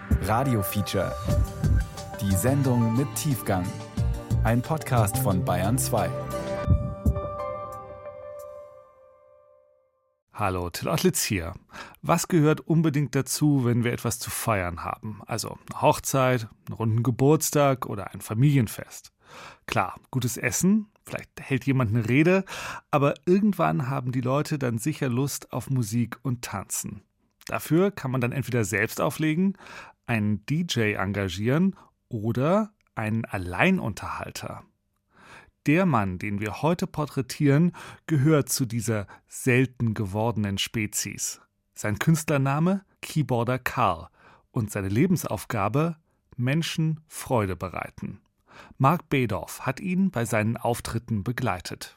Radio Feature. Die Sendung mit Tiefgang. Ein Podcast von Bayern 2. Hallo, Till Ottlitz hier. Was gehört unbedingt dazu, wenn wir etwas zu feiern haben? Also eine Hochzeit, einen runden Geburtstag oder ein Familienfest. Klar, gutes Essen, vielleicht hält jemand eine Rede, aber irgendwann haben die Leute dann sicher Lust auf Musik und Tanzen. Dafür kann man dann entweder selbst auflegen, einen DJ engagieren oder einen Alleinunterhalter. Der Mann, den wir heute porträtieren, gehört zu dieser selten gewordenen Spezies. Sein Künstlername Keyboarder Karl und seine Lebensaufgabe Menschen Freude bereiten. Mark Bedorf hat ihn bei seinen Auftritten begleitet.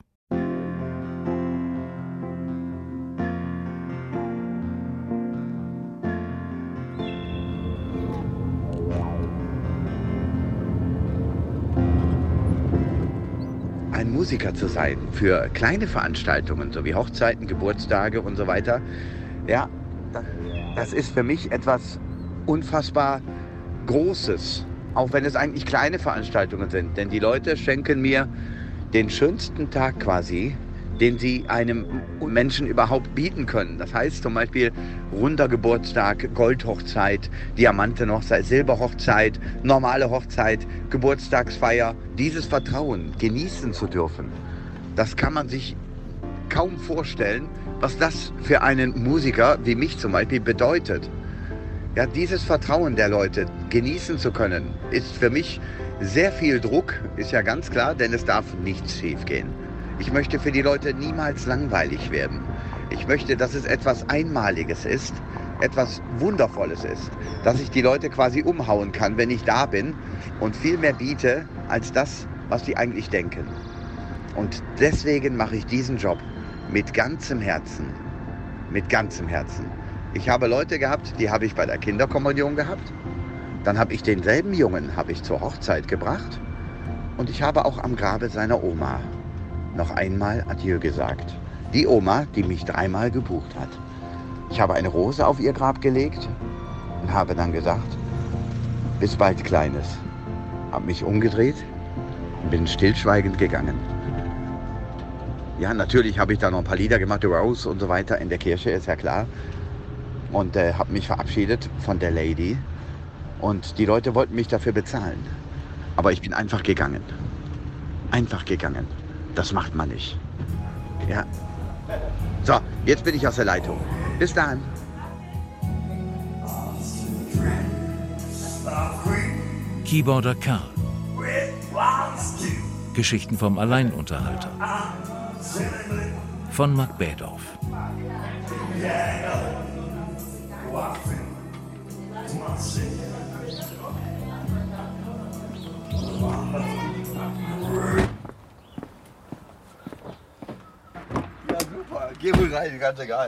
Ein Musiker zu sein für kleine Veranstaltungen, so wie Hochzeiten, Geburtstage und so weiter, ja, das ist für mich etwas unfassbar Großes, auch wenn es eigentlich kleine Veranstaltungen sind. Denn die Leute schenken mir den schönsten Tag quasi, den sie einem Menschen überhaupt bieten können. Das heißt zum Beispiel runder Geburtstag, Goldhochzeit, Diamantenhochzeit, Silberhochzeit, normale Hochzeit, Geburtstagsfeier. Dieses Vertrauen genießen zu dürfen, das kann man sich kaum vorstellen, was das für einen Musiker wie mich zum Beispiel bedeutet. Ja, dieses Vertrauen der Leute genießen zu können, ist für mich sehr viel Druck, ist ja ganz klar, denn es darf nichts schiefgehen. Ich möchte für die Leute niemals langweilig werden. Ich möchte, dass es etwas Einmaliges ist, etwas Wundervolles ist, dass ich die Leute quasi umhauen kann, wenn ich da bin und viel mehr biete als das, was die eigentlich denken. Und deswegen mache ich diesen Job mit ganzem Herzen. Mit ganzem Herzen. Ich habe Leute gehabt, die habe ich bei der Kinderkommunion gehabt. Dann habe ich denselben Jungen zur Hochzeit gebracht. Und ich habe auch am Grabe seiner Oma noch einmal Adieu gesagt. Die Oma, die mich 3-mal gebucht hat. Ich habe eine Rose auf ihr Grab gelegt und habe dann gesagt, bis bald, Kleines. Habe mich umgedreht und bin stillschweigend gegangen. Ja, natürlich habe ich da noch ein paar Lieder gemacht, The Rose und so weiter in der Kirche, ist ja klar. Und habe mich verabschiedet von der Lady. Und die Leute wollten mich dafür bezahlen. Aber ich bin einfach gegangen. Einfach gegangen. Das macht man nicht. Ja. So, jetzt bin ich aus der Leitung. Bis dann. Keyboarder Karl. Geschichten vom Alleinunterhalter. Von Mark Bedorf. Geh ruhig rein, ganz egal.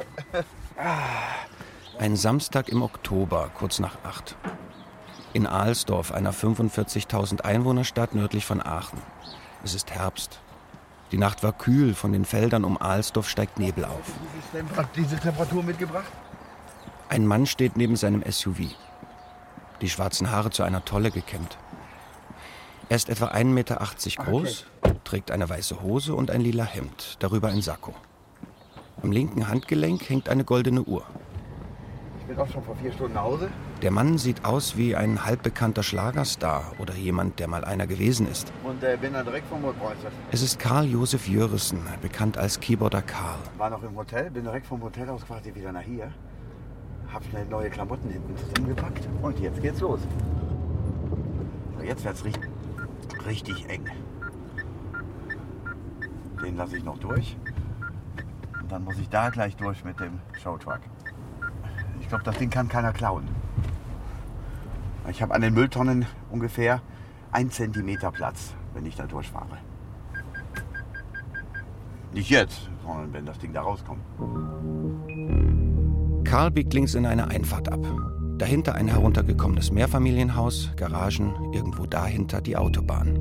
Ein Samstag im Oktober, kurz nach 8. In Alsdorf, einer 45.000 Einwohnerstadt nördlich von Aachen. Es ist Herbst. Die Nacht war kühl, von den Feldern um Alsdorf steigt Nebel auf. Diese Temperatur mitgebracht? Ein Mann steht neben seinem SUV. Die schwarzen Haare zu einer Tolle gekämmt. Er ist etwa 1,80 Meter groß, trägt eine weiße Hose und ein lila Hemd, darüber ein Sakko. Am linken Handgelenk hängt eine goldene Uhr. Ich bin auch schon vor 4 Stunden nach Hause. Der Mann sieht aus wie ein halbbekannter Schlagerstar oder jemand, der mal einer gewesen ist. Und bin dann direkt vom Hotel. Es ist Karl Josef Jörissen, bekannt als Keyboarder Karl. War noch im Hotel, bin direkt vom Hotel aus quasi wieder nach hier. Hab schnell neue Klamotten hinten zusammengepackt und jetzt geht's los. So, jetzt wird's richtig eng. Den lasse ich noch durch. Und dann muss ich da gleich durch mit dem Showtruck. Ich glaube, das Ding kann keiner klauen. Ich habe an den Mülltonnen ungefähr 1 Zentimeter Platz, wenn ich da durchfahre. Nicht jetzt, sondern wenn das Ding da rauskommt. Karl biegt links in eine Einfahrt ab. Dahinter ein heruntergekommenes Mehrfamilienhaus, Garagen, irgendwo dahinter die Autobahn.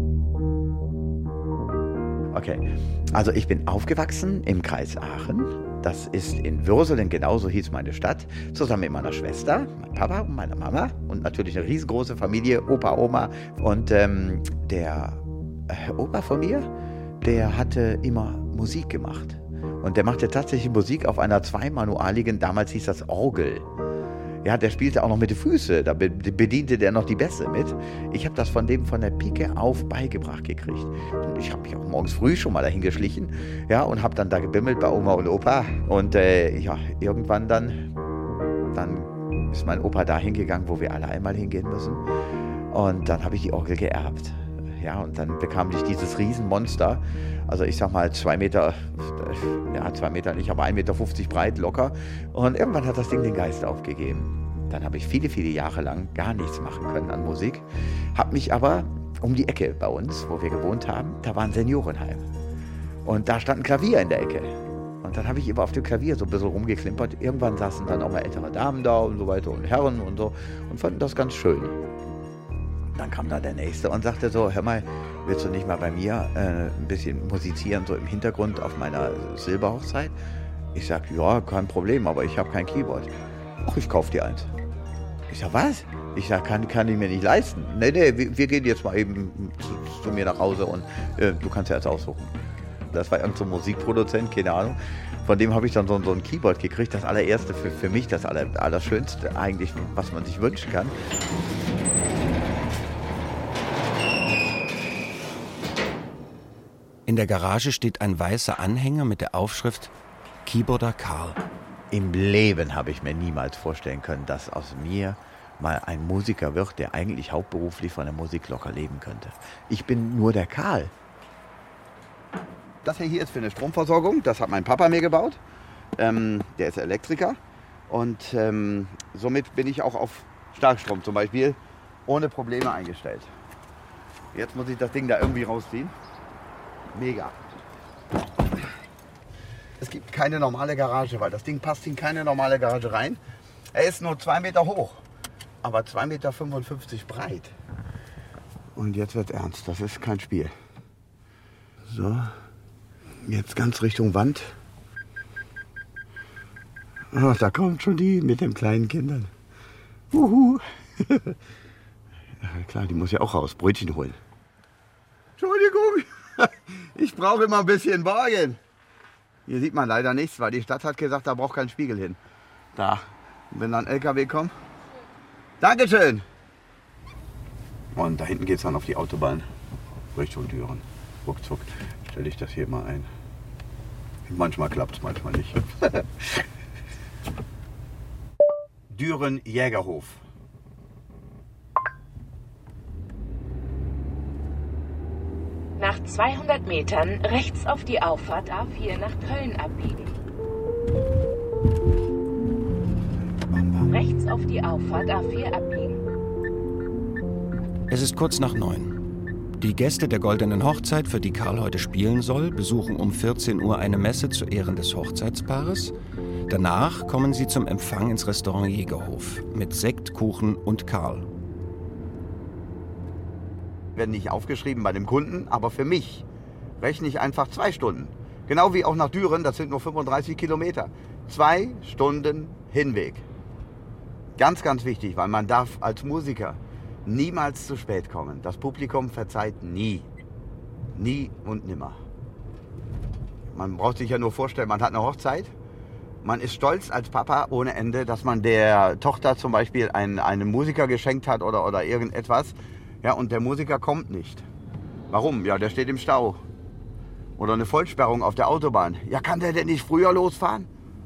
Okay, also ich bin aufgewachsen im Kreis Aachen Das ist in Würselen, genauso hieß meine Stadt, zusammen mit meiner Schwester, meinem Papa und meiner Mama und natürlich eine riesengroße Familie, Opa, Oma. Und der Opa von mir, der hatte immer Musik gemacht. Und der machte tatsächlich Musik auf einer zweimanualigen, damals hieß das Orgel. Ja, der spielte auch noch mit den Füßen, da bediente der noch die Bässe mit. Ich habe das von dem von der Pike auf beigebracht gekriegt. Und ich habe mich auch morgens früh schon mal dahin geschlichen, ja, und habe dann da gebimmelt bei Oma und Opa. Und irgendwann dann ist mein Opa da hingegangen, wo wir alle einmal hingehen müssen. Und dann habe ich die Orgel geerbt. Ja, und dann bekam ich dieses Riesenmonster, also ich sag mal 2 Meter, ja 2 Meter nicht, aber 1,50 Meter breit locker. Und irgendwann hat das Ding den Geist aufgegeben. Dann habe ich viele, viele Jahre lang gar nichts machen können an Musik. Habe mich aber um die Ecke bei uns, wo wir gewohnt haben, da war ein Seniorenheim. Und da stand ein Klavier in der Ecke. Und dann habe ich immer auf dem Klavier so ein bisschen rumgeklimpert. Irgendwann saßen dann auch mal ältere Damen da und so weiter und Herren und so und fanden das ganz schön. Dann kam da der Nächste und sagte so, hör mal, willst du nicht mal bei mir ein bisschen musizieren, so im Hintergrund auf meiner Silberhochzeit? Ich sag, ja, kein Problem, aber ich habe kein Keyboard. Ach, ich kauf dir eins. Ich sag, was? Ich sag, kann ich mir nicht leisten. Nee, wir gehen jetzt mal eben zu mir nach Hause und du kannst ja jetzt aussuchen. Das war irgend so ein Musikproduzent, keine Ahnung. Von dem habe ich dann so ein Keyboard gekriegt, das allererste, für mich das Allerschönste eigentlich, was man sich wünschen kann. In der Garage steht ein weißer Anhänger mit der Aufschrift Keyboarder Karl. Im Leben habe ich mir niemals vorstellen können, dass aus mir mal ein Musiker wird, der eigentlich hauptberuflich von der Musik locker leben könnte. Ich bin nur der Karl. Das hier ist für eine Stromversorgung, das hat mein Papa mir gebaut. Der ist Elektriker und somit bin ich auch auf Starkstrom zum Beispiel ohne Probleme eingestellt. Jetzt muss ich das Ding da irgendwie rausziehen. Mega. Es gibt keine normale Garage, weil das Ding passt in keine normale Garage rein. Er ist nur 2 Meter hoch, aber 2,55 Meter breit. Und jetzt wird ernst, das ist kein Spiel. So, jetzt ganz Richtung Wand. Ach, da kommt schon die mit den kleinen Kindern. Ja, klar, die muss ja auch raus, Brötchen holen. Entschuldigung. Ich brauche immer ein bisschen Wagen. Hier sieht man leider nichts, weil die Stadt hat gesagt, da braucht kein Spiegel hin. Da, wenn dann ein LKW kommt. Dankeschön. Und da hinten geht es dann auf die Autobahn Richtung Düren. Ruckzuck stelle ich das hier mal ein. Manchmal klappt es, manchmal nicht. Düren Jägerhof. Nach 200 Metern rechts auf die Auffahrt A4 nach Köln abbiegen. Rechts auf die Auffahrt A4 abbiegen. Es ist kurz nach 9. Die Gäste der Goldenen Hochzeit, für die Karl heute spielen soll, besuchen um 14 Uhr eine Messe zu Ehren des Hochzeitspaares. Danach kommen sie zum Empfang ins Restaurant Jägerhof mit Sekt, Kuchen und Karl. Werden nicht aufgeschrieben bei dem Kunden, aber für mich rechne ich einfach 2 Stunden. Genau wie auch nach Düren, das sind nur 35 Kilometer. 2 Stunden Hinweg. Ganz, ganz wichtig, weil man darf als Musiker niemals zu spät kommen. Das Publikum verzeiht nie. Nie und nimmer. Man braucht sich ja nur vorstellen, man hat eine Hochzeit. Man ist stolz als Papa ohne Ende, dass man der Tochter zum Beispiel einen Musiker geschenkt hat oder irgendetwas. Ja, und der Musiker kommt nicht. Warum? Ja, der steht im Stau. Oder eine Vollsperrung auf der Autobahn. Ja, kann der denn nicht früher losfahren?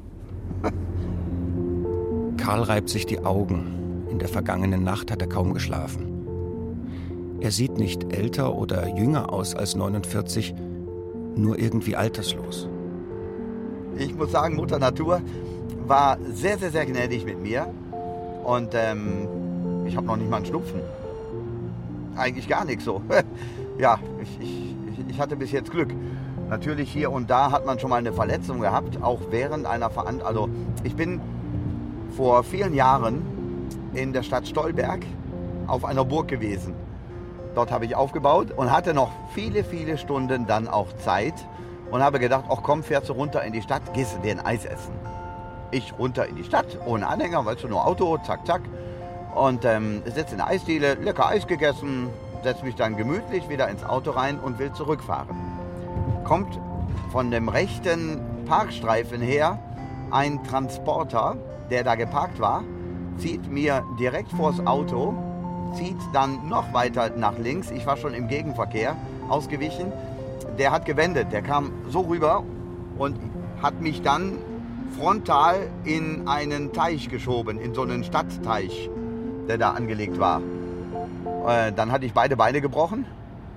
Karl reibt sich die Augen. In der vergangenen Nacht hat er kaum geschlafen. Er sieht nicht älter oder jünger aus als 49, nur irgendwie alterslos. Ich muss sagen, Mutter Natur war sehr, sehr, sehr gnädig mit mir. Und ich habe noch nicht mal einen Schnupfen. Eigentlich gar nichts so. Ja, ich hatte bis jetzt Glück. Natürlich hier und da hat man schon mal eine Verletzung gehabt, auch während einer Veranstaltung. Also ich bin vor vielen Jahren in der Stadt Stolberg auf einer Burg gewesen. Dort habe ich aufgebaut und hatte noch viele, viele Stunden dann auch Zeit, und habe gedacht, ach komm, fährst du runter in die Stadt, gehst du dir ein Eis essen. Ich runter in die Stadt, ohne Anhänger, weißt du, nur Auto, zack, zack. Und sitze in der Eisdiele, lecker Eis gegessen, setze mich dann gemütlich wieder ins Auto rein und will zurückfahren. Kommt von dem rechten Parkstreifen her ein Transporter, der da geparkt war, zieht mir direkt vors Auto, zieht dann noch weiter nach links. Ich war schon im Gegenverkehr ausgewichen. Der hat gewendet, der kam so rüber und hat mich dann frontal in einen Teich geschoben, in so einen Stadtteich, der da angelegt war. Dann hatte ich beide Beine gebrochen.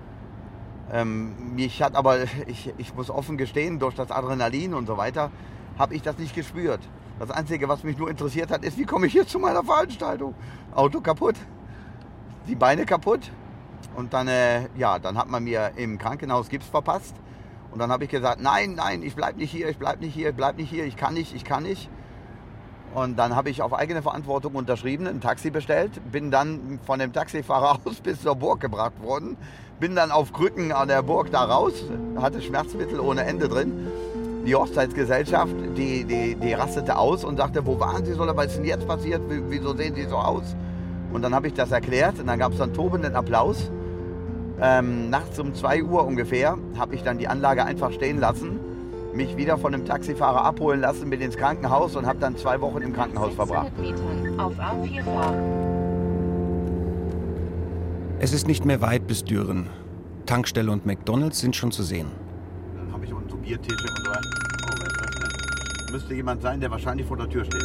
Ich muss offen gestehen, durch das Adrenalin und so weiter, habe ich das nicht gespürt. Das Einzige, was mich nur interessiert hat, ist, wie komme ich jetzt zu meiner Veranstaltung? Auto kaputt, die Beine kaputt. Und dann hat man mir im Krankenhaus Gips verpasst. Und dann habe ich gesagt, nein, ich bleibe nicht hier, ich kann nicht. Und dann habe ich auf eigene Verantwortung unterschrieben, ein Taxi bestellt, bin dann von dem Taxifahrer aus bis zur Burg gebracht worden, bin dann auf Krücken an der Burg da raus, hatte Schmerzmittel ohne Ende drin. Die Hochzeitsgesellschaft, die rastete aus und sagte, wo waren Sie, was ist denn jetzt passiert, wieso sehen Sie so aus? Und dann habe ich das erklärt und dann gab es dann tobenden Applaus. Nachts um 2 Uhr ungefähr habe ich dann die Anlage einfach stehen lassen, mich wieder von dem Taxifahrer abholen lassen, bin ins Krankenhaus und habe dann 2 Wochen im Krankenhaus verbracht. Metern auf A4 fahren. Es ist nicht mehr weit bis Düren. Tankstelle und McDonald's sind schon zu sehen. Dann habe ich unten so Biertische und so. Müsste jemand sein, der wahrscheinlich vor der Tür steht.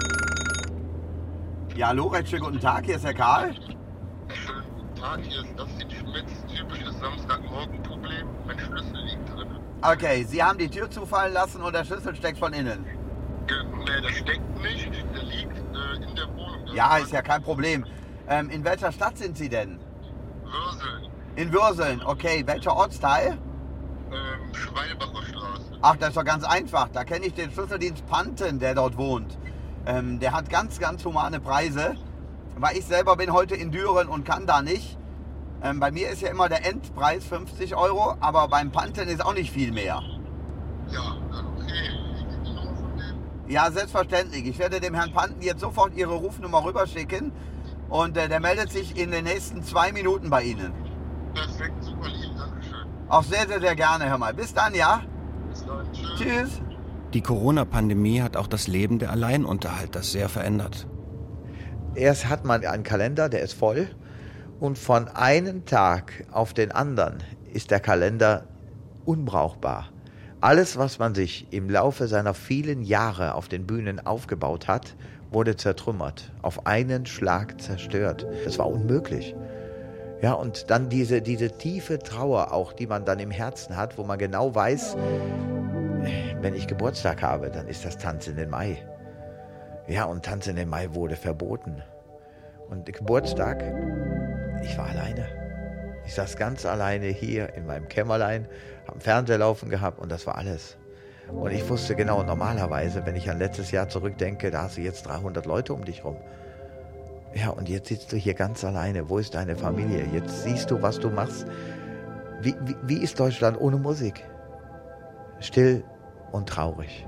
Ja, hallo, recht schönen guten Tag, hier ist Herr Karl. Schönen guten Tag, hier ist das die Schmitz, typisches Samstagmorgen-Problem. Mein Schlüssel liegt drin. Okay, Sie haben die Tür zufallen lassen und der Schlüssel steckt von innen. Nee, der steckt nicht, der liegt in der Wohnung. Ja, ist ja kein Problem. In welcher Stadt sind Sie denn? Würseln. In Würseln, okay. Welcher Ortsteil? Schweilbacher Straße. Ach, das ist doch ganz einfach. Da kenne ich den Schlüsseldienst Panten, der dort wohnt. Der hat ganz, ganz humane Preise. Weil ich selber bin heute in Düren und kann da nicht. Bei mir ist ja immer der Endpreis 50 €, aber beim Panten ist auch nicht viel mehr. Ja, okay. Die Nummer von dem? Ja, selbstverständlich. Ich werde dem Herrn Panten jetzt sofort Ihre Rufnummer rüberschicken und der meldet sich in den nächsten 2 Minuten bei Ihnen. Perfekt, super lieb, dankeschön. Auch sehr, sehr, sehr gerne, hör mal. Bis dann, ja? Bis dann, tschüss. Tschüss. Die Corona-Pandemie hat auch das Leben der Alleinunterhalter sehr verändert. Erst hat man einen Kalender, der ist voll. Und von einem Tag auf den anderen ist der Kalender unbrauchbar. Alles, was man sich im Laufe seiner vielen Jahre auf den Bühnen aufgebaut hat, wurde zertrümmert, auf einen Schlag zerstört. Das war unmöglich. Ja, und dann diese tiefe Trauer auch, die man dann im Herzen hat, wo man genau weiß, wenn ich Geburtstag habe, dann ist das Tanzen im Mai. Ja, und Tanzen im Mai wurde verboten. Und Geburtstag, ich war alleine. Ich saß ganz alleine hier in meinem Kämmerlein, habe einen Fernseher laufen gehabt und das war alles. Und ich wusste genau, normalerweise, wenn ich an letztes Jahr zurückdenke, da hast du jetzt 300 Leute um dich rum. Ja, und jetzt sitzt du hier ganz alleine. Wo ist deine Familie? Jetzt siehst du, was du machst. Wie ist Deutschland ohne Musik? Still und traurig.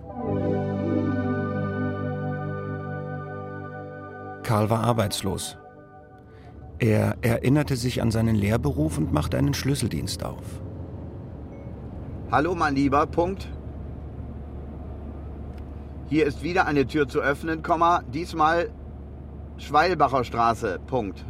Karl war arbeitslos. Er erinnerte sich an seinen Lehrberuf und machte einen Schlüsseldienst auf. Hallo, mein Lieber, Punkt. Hier ist wieder eine Tür zu öffnen, diesmal Schweilbacher Straße, Punkt.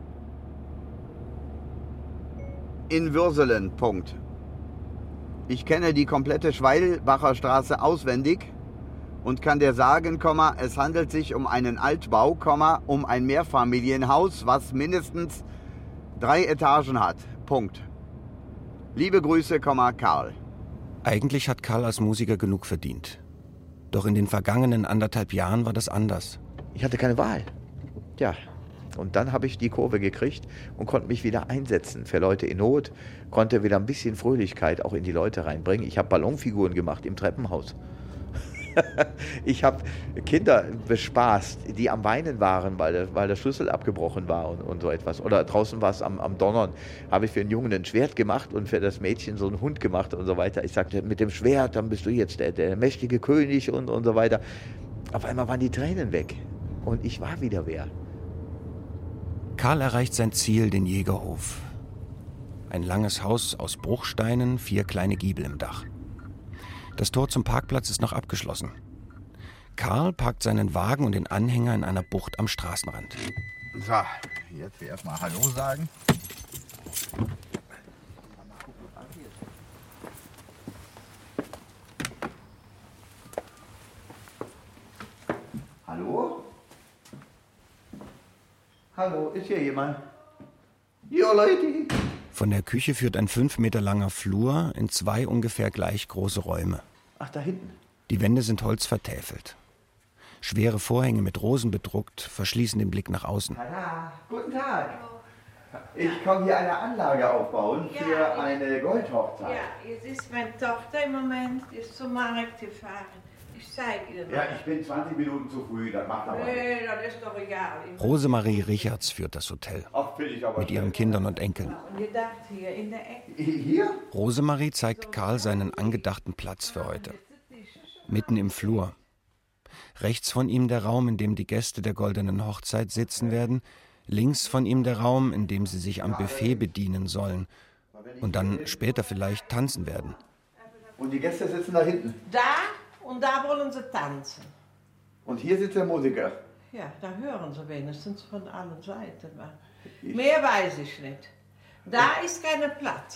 In Würselen, Punkt. Ich kenne die komplette Schweilbacher Straße auswendig und kann dir sagen, es handelt sich um einen Altbau, um ein Mehrfamilienhaus, was mindestens 3 Etagen hat, Punkt. Liebe Grüße, Karl. Eigentlich hat Karl als Musiker genug verdient. Doch in den vergangenen 1,5 Jahren war das anders. Ich hatte keine Wahl. Ja, und dann habe ich die Kurve gekriegt und konnte mich wieder einsetzen für Leute in Not, konnte wieder ein bisschen Fröhlichkeit auch in die Leute reinbringen. Ich habe Ballonfiguren gemacht im Treppenhaus. Ich habe Kinder bespaßt, die am Weinen waren, weil der Schlüssel abgebrochen war und so etwas. Oder draußen war es am Donnern, habe ich für einen Jungen ein Schwert gemacht und für das Mädchen so einen Hund gemacht und so weiter. Ich sagte, mit dem Schwert, dann bist du jetzt der mächtige König und so weiter. Auf einmal waren die Tränen weg und ich war wieder wer. Karl erreicht sein Ziel, den Jägerhof. Ein langes Haus aus Bruchsteinen, 4 kleine Giebel im Dach. Das Tor zum Parkplatz ist noch abgeschlossen. Karl parkt seinen Wagen und den Anhänger in einer Bucht am Straßenrand. So, jetzt erstmal Hallo sagen. Hallo? Hallo, ist hier jemand? Ja, Leute. Von der Küche führt ein 5 Meter langer Flur in 2 ungefähr gleich große Räume. Ach, da hinten. Die Wände sind holzvertäfelt. Schwere Vorhänge mit Rosen bedruckt verschließen den Blick nach außen. Tada, guten Tag. Ich komme hier eine Anlage aufbauen für eine Goldhochzeit. Ja, jetzt ist meine Tochter im Moment zum Markt gefahren. Ich zeige Ihnen. Ja, ich bin 20 Minuten zu früh, das macht aber nichts. Nee, das ist doch egal. Rosemarie Richards führt das Hotel. Ach, bin ich aber Mit ihren Kindern und Enkeln. Und ihr dacht hier in der Ecke. Hier? Rosemarie zeigt Karl seinen angedachten Platz für heute. Mitten im Flur. Rechts von ihm der Raum, in dem die Gäste der goldenen Hochzeit sitzen werden. Links von ihm der Raum, in dem sie sich am Buffet bedienen sollen. Und dann später vielleicht tanzen werden. Und die Gäste sitzen da hinten. Da und da wollen sie tanzen. Und hier sitzt der Musiker. Ja, da hören sie wenigstens von allen Seiten. Mehr weiß ich nicht. Da ist keine Platz.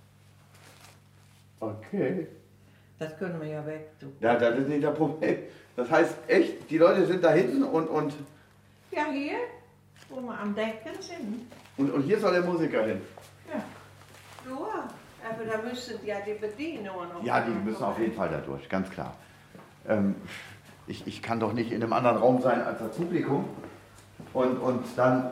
Okay. Das können wir ja wegtun. Ja, das ist nicht das Problem. Das heißt echt, die Leute sind da hinten und Ja, hier, wo wir am Decken sind. hier soll der Musiker hin. Ja. Ja, aber da müssen ja die Bedienungen noch. Ja, die müssen auf jeden Fall da durch, ganz klar. Ich kann doch nicht in einem anderen Raum sein als das Publikum. Und dann,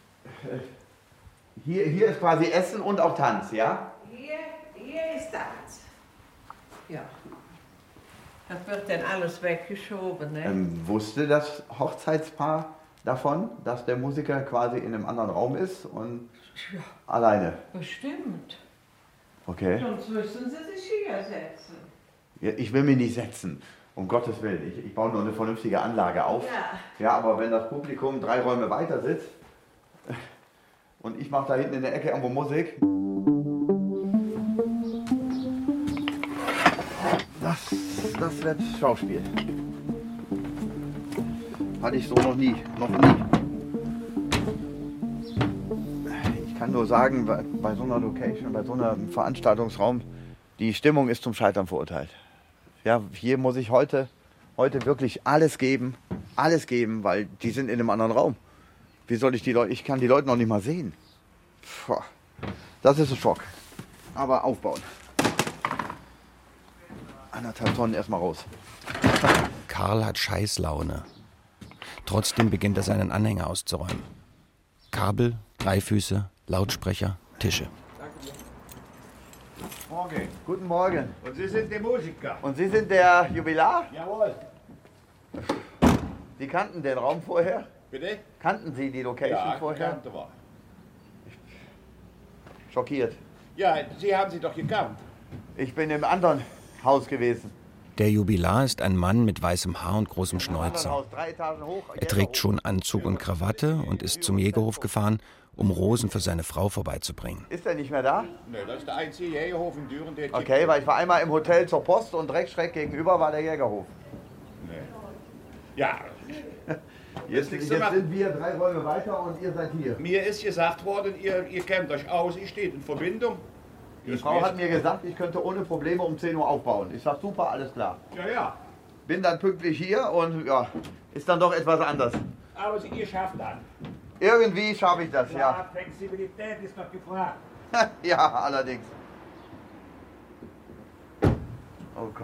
hier ist quasi Essen und auch Tanz, ja? Hier ist das. Ja. Das wird dann alles weggeschoben, ne? Wusste das Hochzeitspaar davon, dass der Musiker quasi in einem anderen Raum ist und alleine? Bestimmt. Okay. Sonst müssen sie sich hier setzen. Ja, ich will mich nicht setzen, um Gottes Willen. Ich baue nur eine vernünftige Anlage auf. Ja. Ja, aber wenn das Publikum 3 Räume weiter sitzt und ich mache da hinten in der Ecke irgendwo Musik. Das wird Schauspiel. Hatte ich so noch nie. Ich kann nur sagen, bei so einer Location, bei so einem Veranstaltungsraum, die Stimmung ist zum Scheitern verurteilt. Ja, hier muss ich heute wirklich alles geben, weil die sind in einem anderen Raum. Wie soll ich ich kann die Leute noch nicht mal sehen. Puh, das ist ein Schock. Aber aufbauen. 1,5 Tonnen erstmal raus. Karl hat Scheißlaune. Trotzdem beginnt er seinen Anhänger auszuräumen. Kabel, Dreifüße, Lautsprecher, Tische. Morgen. Guten Morgen. Und Sie sind der Musiker? Und Sie sind der Jubilar? Jawohl. Sie kannten den Raum vorher? Bitte? Kannten Sie die Location vorher? Ja, kannte wir. Schockiert. Ja, Sie haben sie doch gekannt. Ich bin im anderen Haus gewesen. Der Jubilar ist ein Mann mit weißem Haar und großem Schnäuzer. Haus, 3 Etagen hoch. Er trägt schon Anzug und Krawatte und ist zum Jägerhof gefahren, um Rosen für seine Frau vorbeizubringen. Ist er nicht mehr da? Ne, das ist der einzige Jägerhof in Düren, der... Okay, weil ich war einmal im Hotel zur Post und direkt schräg gegenüber war der Jägerhof. Nee. Ja. Jetzt sind wir 3 Räume weiter und ihr seid hier. Mir ist gesagt worden, ihr kennt euch aus, ihr steht in Verbindung. Die Frau hat mir gesagt, ich könnte ohne Probleme um 10 Uhr aufbauen. Ich sag super, alles klar. Ja. Bin dann pünktlich hier und ja, ist dann doch etwas anders. Aber ihr schafft das. Irgendwie schaffe ich das, ja. Flexibilität ist doch gefragt. Ja, allerdings. Oh Gott.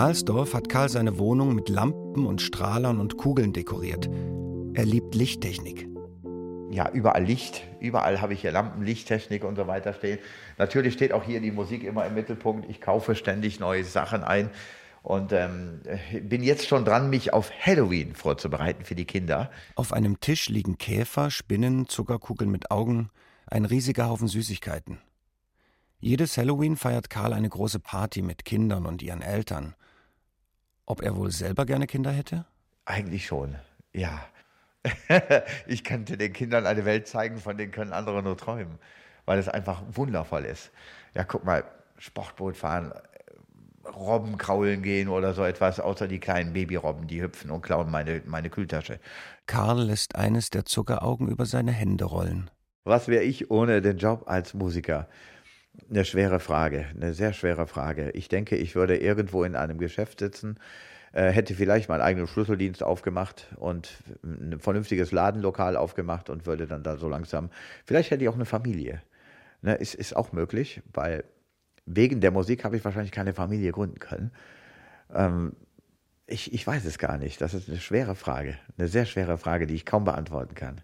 Karlsdorf hat Karl seine Wohnung mit Lampen und Strahlern und Kugeln dekoriert. Er liebt Lichttechnik. Ja, überall Licht. Überall habe ich hier Lampen, Lichttechnik und so weiter stehen. Natürlich steht auch hier die Musik immer im Mittelpunkt. Ich kaufe ständig neue Sachen ein und bin jetzt schon dran, mich auf Halloween vorzubereiten für die Kinder. Auf einem Tisch liegen Käfer, Spinnen, Zuckerkugeln mit Augen, ein riesiger Haufen Süßigkeiten. Jedes Halloween feiert Karl eine große Party mit Kindern und ihren Eltern. Ob er wohl selber gerne Kinder hätte? Eigentlich schon, ja. Ich könnte den Kindern eine Welt zeigen, von denen können andere nur träumen, weil es einfach wundervoll ist. Ja, guck mal, Sportboot fahren, Robben kraulen gehen oder so etwas, außer die kleinen Babyrobben, die hüpfen und klauen meine Kühltasche. Karl lässt eines der Zuckeraugen über seine Hände rollen. Was wäre ich ohne den Job als Musiker? Eine schwere Frage, eine sehr schwere Frage. Ich denke, ich würde irgendwo in einem Geschäft sitzen, hätte vielleicht meinen eigenen Schlüsseldienst aufgemacht und ein vernünftiges Ladenlokal aufgemacht und würde dann da so langsam, vielleicht hätte ich auch eine Familie. Ne, ist auch möglich, weil wegen der Musik habe ich wahrscheinlich keine Familie gründen können. Ich weiß es gar nicht. Das ist eine schwere Frage, eine sehr schwere Frage, die ich kaum beantworten kann.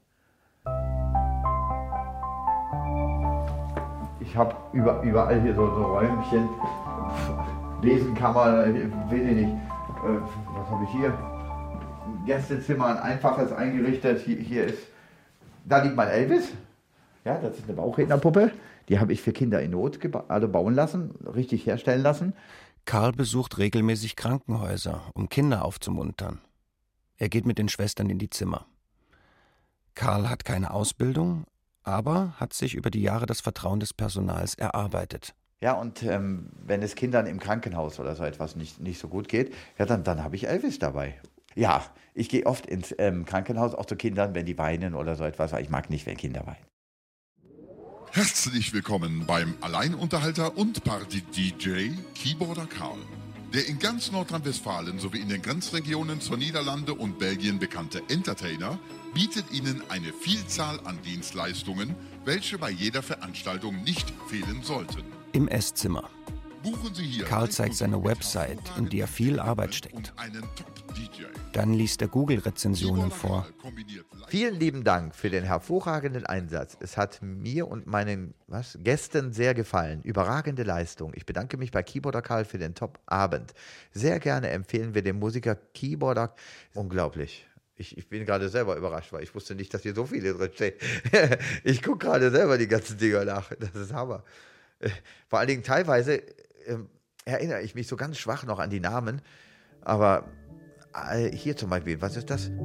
Ich habe überall hier so Räumchen, Lesenkammer, weiß ich nicht. Was habe ich hier? Gästezimmer, ein einfaches eingerichtet. Da liegt mein Elvis. Ja, das ist eine Bauchrednerpuppe. Die habe ich für Kinder in Not bauen lassen, richtig herstellen lassen. Karl besucht regelmäßig Krankenhäuser, um Kinder aufzumuntern. Er geht mit den Schwestern in die Zimmer. Karl hat keine Ausbildung, aber hat sich über die Jahre das Vertrauen des Personals erarbeitet. Ja, und wenn es Kindern im Krankenhaus oder so etwas nicht so gut geht, ja, dann habe ich Elvis dabei. Ja, ich gehe oft ins Krankenhaus, auch zu Kindern, wenn die weinen oder so etwas, weil ich mag nicht, wenn Kinder weinen. Herzlich willkommen beim Alleinunterhalter und Party-DJ Keyboarder Karl. Der in ganz Nordrhein-Westfalen sowie in den Grenzregionen zur Niederlande und Belgien bekannte Entertainer bietet Ihnen eine Vielzahl an Dienstleistungen, welche bei jeder Veranstaltung nicht fehlen sollten. Im Esszimmer. Buchen Sie hier. Karl zeigt seine Website, in die er viel Arbeit steckt. Dann liest er Google-Rezensionen vor. Vielen lieben Dank für den hervorragenden Einsatz. Es hat mir und meinen Gästen sehr gefallen. Überragende Leistung. Ich bedanke mich bei Keyboarder Karl für den Top-Abend. Sehr gerne empfehlen wir den Musiker Keyboarder. Unglaublich. Ich bin gerade selber überrascht, weil ich wusste nicht, dass hier so viele drinstehen. Ich gucke gerade selber die ganzen Dinger nach. Das ist Hammer. Vor allen Dingen teilweise erinnere ich mich so ganz schwach noch an die Namen. Aber hier zum Beispiel, was ist das?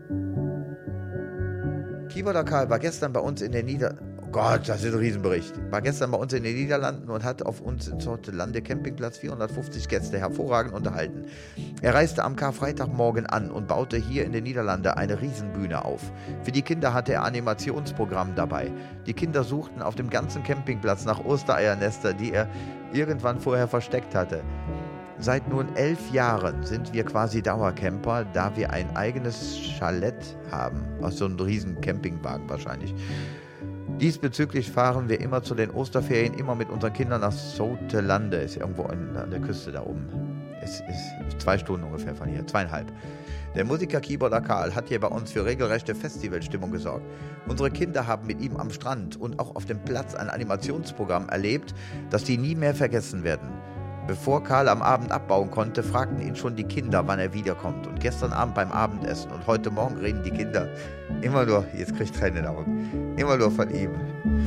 Keyboarder Karl war gestern bei uns in den Niederlanden. Oh Gott, das ist ein Riesenbericht. War gestern bei uns in den Niederlanden und hat auf uns in Sortelande Campingplatz 450 Gäste hervorragend unterhalten. Er reiste am Karfreitagmorgen an und baute hier in den Niederlanden eine Riesenbühne auf. Für die Kinder hatte er Animationsprogramm dabei. Die Kinder suchten auf dem ganzen Campingplatz nach Ostereiernester, die er irgendwann vorher versteckt hatte. Seit nun 11 Jahren sind wir quasi Dauercamper, da wir ein eigenes Chalet haben. Aus so einem riesen Campingwagen wahrscheinlich. Diesbezüglich fahren wir immer zu den Osterferien immer mit unseren Kindern nach Sortelande. Ist irgendwo an der Küste da oben. Es ist 2 Stunden ungefähr von hier, 2,5. Der Musiker Keyboarder Karl hat hier bei uns für regelrechte Festivalstimmung gesorgt. Unsere Kinder haben mit ihm am Strand und auch auf dem Platz ein Animationsprogramm erlebt, das die nie mehr vergessen werden. Bevor Karl am Abend abbauen konnte, fragten ihn schon die Kinder, wann er wiederkommt. Und gestern Abend beim Abendessen und heute Morgen reden die Kinder immer nur, jetzt krieg ich Tränen in den Augen, immer nur von ihm.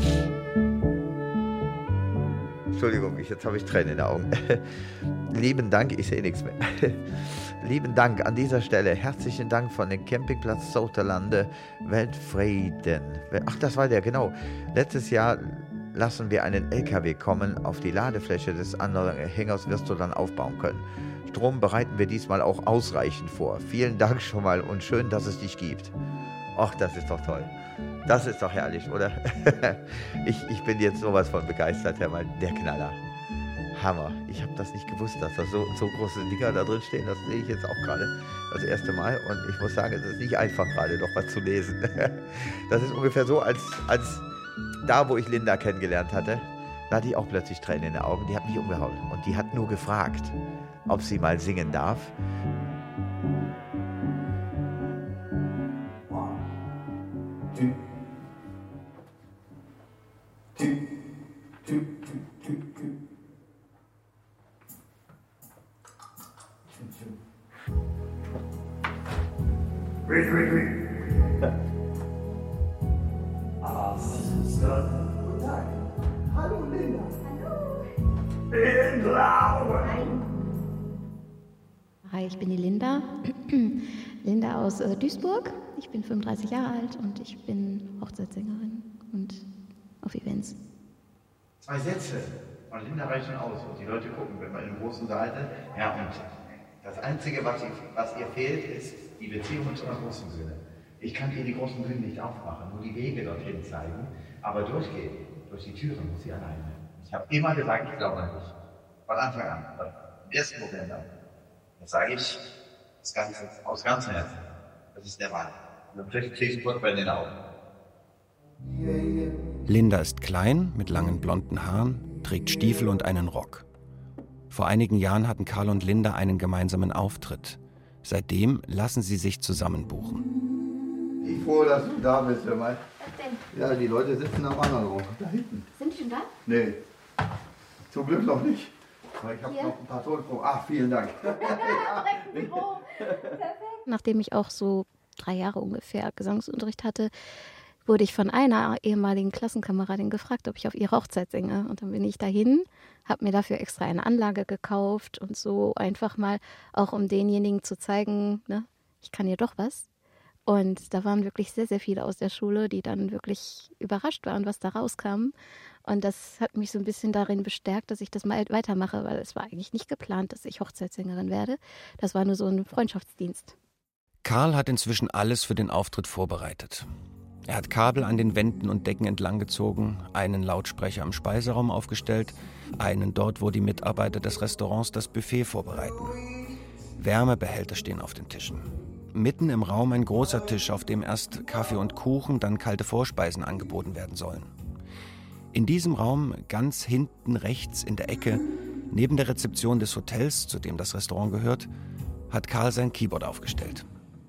Entschuldigung, jetzt habe ich Tränen in den Augen. Lieben Dank, ich sehe nichts mehr. Lieben Dank an dieser Stelle, herzlichen Dank von dem Campingplatz Sortelande, Weltfrieden. Ach, das war der, genau. Letztes Jahr lassen wir einen LKW kommen. Auf die Ladefläche des Anhängers wirst du dann aufbauen können. Strom bereiten wir diesmal auch ausreichend vor. Vielen Dank schon mal und schön, dass es dich gibt. Ach, das ist doch toll. Das ist doch herrlich, oder? Ich bin jetzt sowas von begeistert, Herr Mann. Der Knaller. Hammer. Ich habe das nicht gewusst, dass da so große Dinger da drin stehen. Das sehe ich jetzt auch gerade das erste Mal. Und ich muss sagen, es ist nicht einfach gerade noch was zu lesen. Das ist ungefähr so, als da, wo ich Linda kennengelernt hatte. Da hatte ich auch plötzlich Tränen in den Augen, die hat mich umgehauen. Und die hat nur gefragt, ob sie mal singen darf. Hallo Linda. Hallo. Hi, ich bin die Linda. Linda aus Duisburg. Ich bin 35 Jahre alt und ich bin Hochzeitssängerin und auf Events. 2 Sätze von Linda reichen aus und die Leute gucken, wenn man in einem großen Saal. Ja, und das Einzige, was ihr fehlt, ist die Beziehung zu einer großen Bühne. Ich kann ihr die großen Bühnen nicht aufmachen, nur die Wege dorthin zeigen, aber durchgehen, durch die Türen muss sie alleine. Ich habe immer gesagt, ich glaube nicht. Von Anfang an, im ersten Moment an. Das sage ich aus ganzem Herzen. Das ist der Wahl. Und dann kriege ich bei den Augen. Linda ist klein, mit langen blonden Haaren, trägt Stiefel und einen Rock. Vor einigen Jahren hatten Karl und Linda einen gemeinsamen Auftritt. Seitdem lassen sie sich zusammen buchen. Ich froh, dass du da bist, hör mal. Was denn? Ja, die Leute sitzen am anderen Raum, da hinten. Sind die schon da? Nee, zum Glück noch nicht. Aber ich habe noch ein paar Tonproben. Ach, vielen Dank. Nachdem ich auch so 3 Jahre ungefähr Gesangsunterricht hatte, wurde ich von einer ehemaligen Klassenkameradin gefragt, ob ich auf ihre Hochzeit singe. Und dann bin ich dahin, habe mir dafür extra eine Anlage gekauft und so einfach mal auch um denjenigen zu zeigen, ne, ich kann hier doch was. Und da waren wirklich sehr, sehr viele aus der Schule, die dann wirklich überrascht waren, was da rauskam. Und das hat mich so ein bisschen darin bestärkt, dass ich das mal weitermache, weil es war eigentlich nicht geplant, dass ich Hochzeitssängerin werde. Das war nur so ein Freundschaftsdienst. Karl hat inzwischen alles für den Auftritt vorbereitet. Er hat Kabel an den Wänden und Decken entlang gezogen, einen Lautsprecher im Speiseraum aufgestellt, einen dort, wo die Mitarbeiter des Restaurants das Buffet vorbereiten. Wärmebehälter stehen auf den Tischen. Mitten im Raum ein großer Tisch, auf dem erst Kaffee und Kuchen, dann kalte Vorspeisen angeboten werden sollen. In diesem Raum, ganz hinten rechts in der Ecke, neben der Rezeption des Hotels, zu dem das Restaurant gehört, hat Karl sein Keyboard aufgestellt.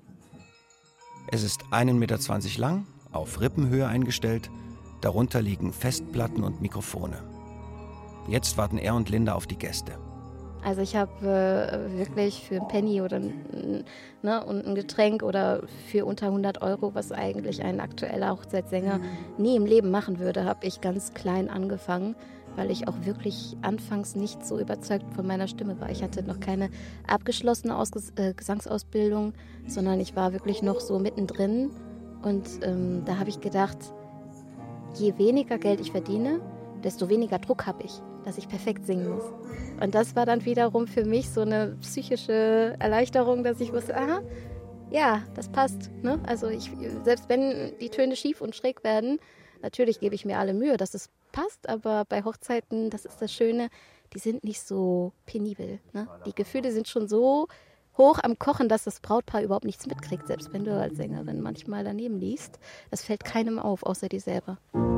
Es ist 1,20 Meter lang, auf Rippenhöhe eingestellt, darunter liegen Festplatten und Mikrofone. Jetzt warten er und Linda auf die Gäste. Also ich habe wirklich für einen Penny oder und ein Getränk oder für unter 100 €, was eigentlich ein aktueller Hochzeitssänger nie im Leben machen würde, habe ich ganz klein angefangen, weil ich auch wirklich anfangs nicht so überzeugt von meiner Stimme war. Ich hatte noch keine abgeschlossene Gesangsausbildung, sondern ich war wirklich noch so mittendrin. Und da habe ich gedacht, je weniger Geld ich verdiene, desto weniger Druck habe ich, dass ich perfekt singen muss. Und das war dann wiederum für mich so eine psychische Erleichterung, dass ich wusste, aha, ja, das passt. Ne? Also selbst wenn die Töne schief und schräg werden, natürlich gebe ich mir alle Mühe, dass es passt, aber bei Hochzeiten, das ist das Schöne, die sind nicht so penibel. Ne? Die Gefühle sind schon so hoch am Kochen, dass das Brautpaar überhaupt nichts mitkriegt, selbst wenn du als Sängerin manchmal daneben liegst. Das fällt keinem auf, außer dir selber.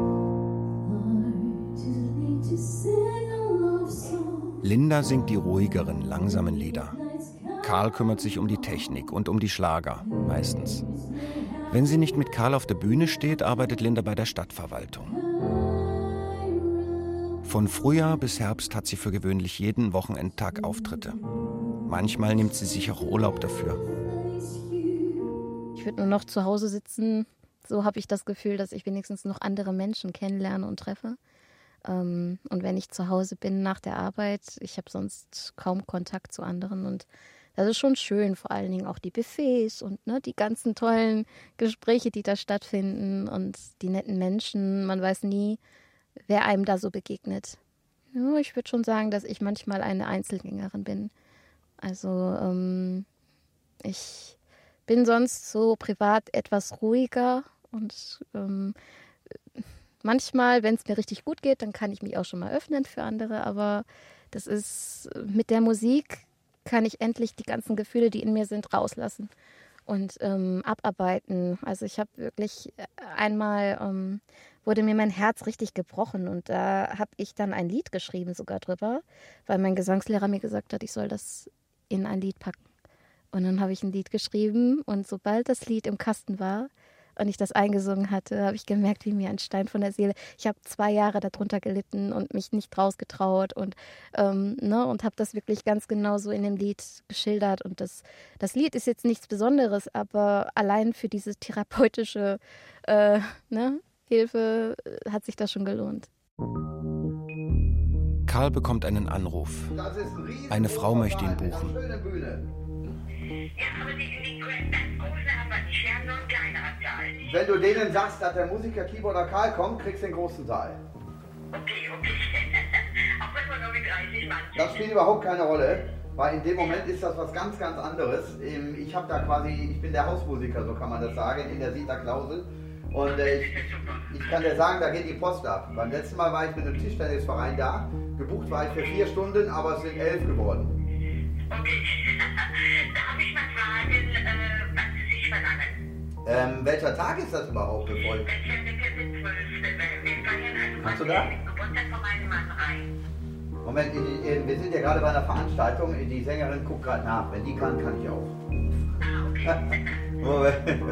Linda singt die ruhigeren, langsamen Lieder. Karl kümmert sich um die Technik und um die Schlager, meistens. Wenn sie nicht mit Karl auf der Bühne steht, arbeitet Linda bei der Stadtverwaltung. Von Frühjahr bis Herbst hat sie für gewöhnlich jeden Wochenendtag Auftritte. Manchmal nimmt sie sich auch Urlaub dafür. Ich würde nur noch zu Hause sitzen. So habe ich das Gefühl, dass ich wenigstens noch andere Menschen kennenlerne und treffe. Und wenn ich zu Hause bin nach der Arbeit, ich habe sonst kaum Kontakt zu anderen. Und das ist schon schön, vor allen Dingen auch die Buffets und die ganzen tollen Gespräche, die da stattfinden und die netten Menschen. Man weiß nie, wer einem da so begegnet. Ja, ich würde schon sagen, dass ich manchmal eine Einzelgängerin bin. Also ich bin sonst so privat etwas ruhiger und manchmal, wenn es mir richtig gut geht, dann kann ich mich auch schon mal öffnen für andere, aber das ist mit der Musik kann ich endlich die ganzen Gefühle, die in mir sind, rauslassen. und abarbeiten. Also ich habe wirklich einmal wurde mir mein Herz richtig gebrochen und da habe ich dann ein Lied geschrieben sogar drüber, weil mein Gesangslehrer mir gesagt hat, ich soll das in ein Lied packen. Und dann habe ich ein Lied geschrieben und sobald das Lied im Kasten war und ich das eingesungen hatte, habe ich gemerkt, wie mir ein Stein von der Seele. Ich habe 2 Jahre darunter gelitten und mich nicht rausgetraut und habe das wirklich ganz genau so in dem Lied geschildert. Und das Lied ist jetzt nichts Besonderes, aber allein für diese therapeutische Hilfe hat sich das schon gelohnt. Karl bekommt einen Anruf. Eine Frau möchte ihn buchen. Wenn du denen sagst, dass der Musiker Keyboarder Karl kommt, kriegst du den großen Saal. Okay. Auch wenn man nur mit 30 Mann. Das spielt überhaupt keine Rolle, weil in dem Moment ist das was ganz, ganz anderes. Ich bin der Hausmusiker, so kann man das sagen, in der Sita-Klausel. Und ich kann dir sagen, da geht die Post ab. Beim letzten Mal war ich mit einem Tischtennisverein da. Gebucht war ich für 4 Stunden, aber es sind 11 geworden. Okay. Darf ich mal fragen, was Sie sich verlangen? Welcher Tag ist das überhaupt, bevor ich... Kannst du da? Moment, wir sind ja gerade bei einer Veranstaltung. Die Sängerin guckt gerade nach. Wenn die kann ich auch. Moment.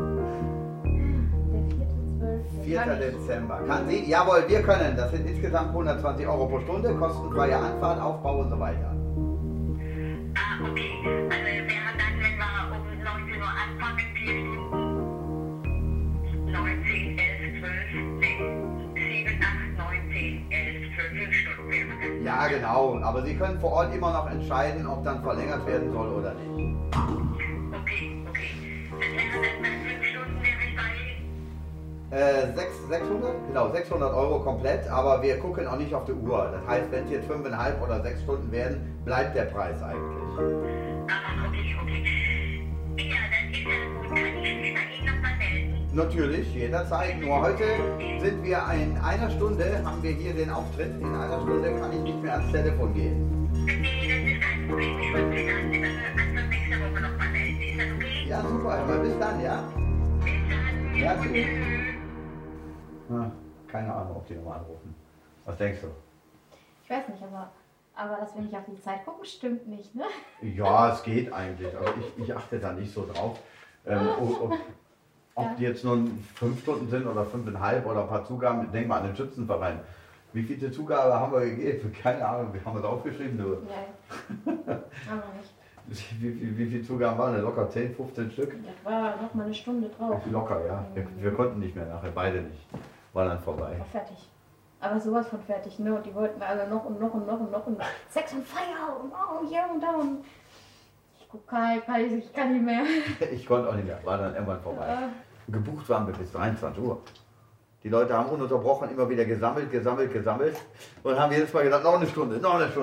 4. Dezember. Kann sie? Jawohl, wir können. Das sind insgesamt 120 € pro Stunde, kostenfreie Anfahrt, Aufbau und so weiter. Okay. Also wäre dann, wenn wir um 19 Uhr anfangen, 4 Stunden? 19, 11, 12, 7, 8, 9, 10, 11, 12, 5 Stunden wäre das. Ja, genau. Aber Sie können vor Ort immer noch entscheiden, ob dann verlängert werden soll oder nicht. Okay. Das wäre dann bei 5 Stunden wäre ich bei... 600? Genau, 600 € komplett, aber wir gucken auch nicht auf die Uhr. Das heißt, wenn es jetzt 5,5 oder 6 Stunden werden, bleibt der Preis eigentlich. Okay. Ja, dann ist ja gut. Kann ich mich bei Ihnen nochmal melden? Natürlich, jederzeit. Nur heute sind wir in einer Stunde, haben wir hier den Auftritt. In einer Stunde kann ich nicht mehr ans Telefon gehen. Nee, das ist kein Problem. Ich würde mich dann Anfang nächster Woche nochmal melden. Ist das okay? Ja, super. Aber bis dann, ja? Bis dann. Ja, tschüss. Keine Ahnung, ob die nochmal anrufen. Was denkst du? Ich weiß nicht, aber dass wir nicht auf die Zeit gucken, stimmt nicht, ne? Ja, es geht eigentlich, aber ich achte da nicht so drauf. Ob die jetzt nur 5 Stunden sind oder 5,5 oder ein paar Zugaben, denk mal an den Schützenverein. Wie viele Zugabe haben wir gegeben? Keine Ahnung, wir haben es aufgeschrieben, du. Nein, haben wir nicht. Wie viele Zugaben waren denn? Locker 10, 15 Stück? Das war noch mal eine Stunde drauf. Locker, ja. Wir konnten nicht mehr nachher, beide nicht. War dann vorbei. War fertig. Aber sowas von fertig, ne? Und die wollten alle noch und Sex und Feier und hier und da und ich guck Karl, ich kann nicht mehr. Ich konnte auch nicht mehr, war dann irgendwann vorbei. Gebucht waren wir bis 23 Uhr. Die Leute haben ununterbrochen immer wieder gesammelt und haben jedes Mal gesagt, noch eine Stunde.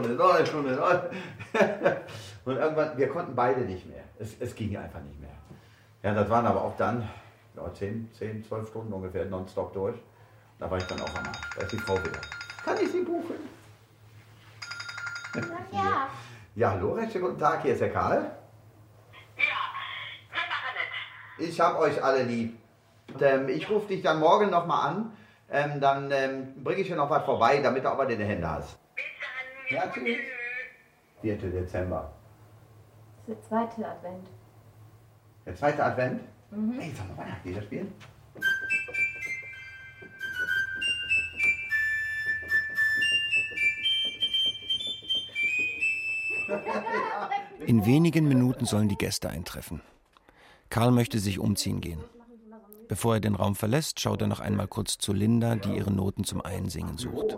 Und irgendwann, wir konnten beide nicht mehr. Es ging einfach nicht mehr. Ja, das waren aber auch dann 10, 12 Stunden ungefähr nonstop durch. Da war ich dann auch am Arsch. Da ist die Frau wieder. Kann ich Sie buchen? Ja. Ja, hallo, recht schönen guten Tag. Hier ist der Karl. Ja, wir machen es. Ich hab euch alle lieb. Und, ich rufe dich dann morgen nochmal an. Dann bringe ich dir noch was vorbei, damit du auch was in den Händen hast. Bis dann. Ja, tschüss. 4. Dezember. Das ist der 2. Advent. Der 2. Advent? Mhm. Ey, sag mal, Weihnachtslieder spielen? In wenigen Minuten sollen die Gäste eintreffen. Karl möchte sich umziehen gehen. Bevor er den Raum verlässt, schaut er noch einmal kurz zu Linda, die ihre Noten zum Einsingen sucht.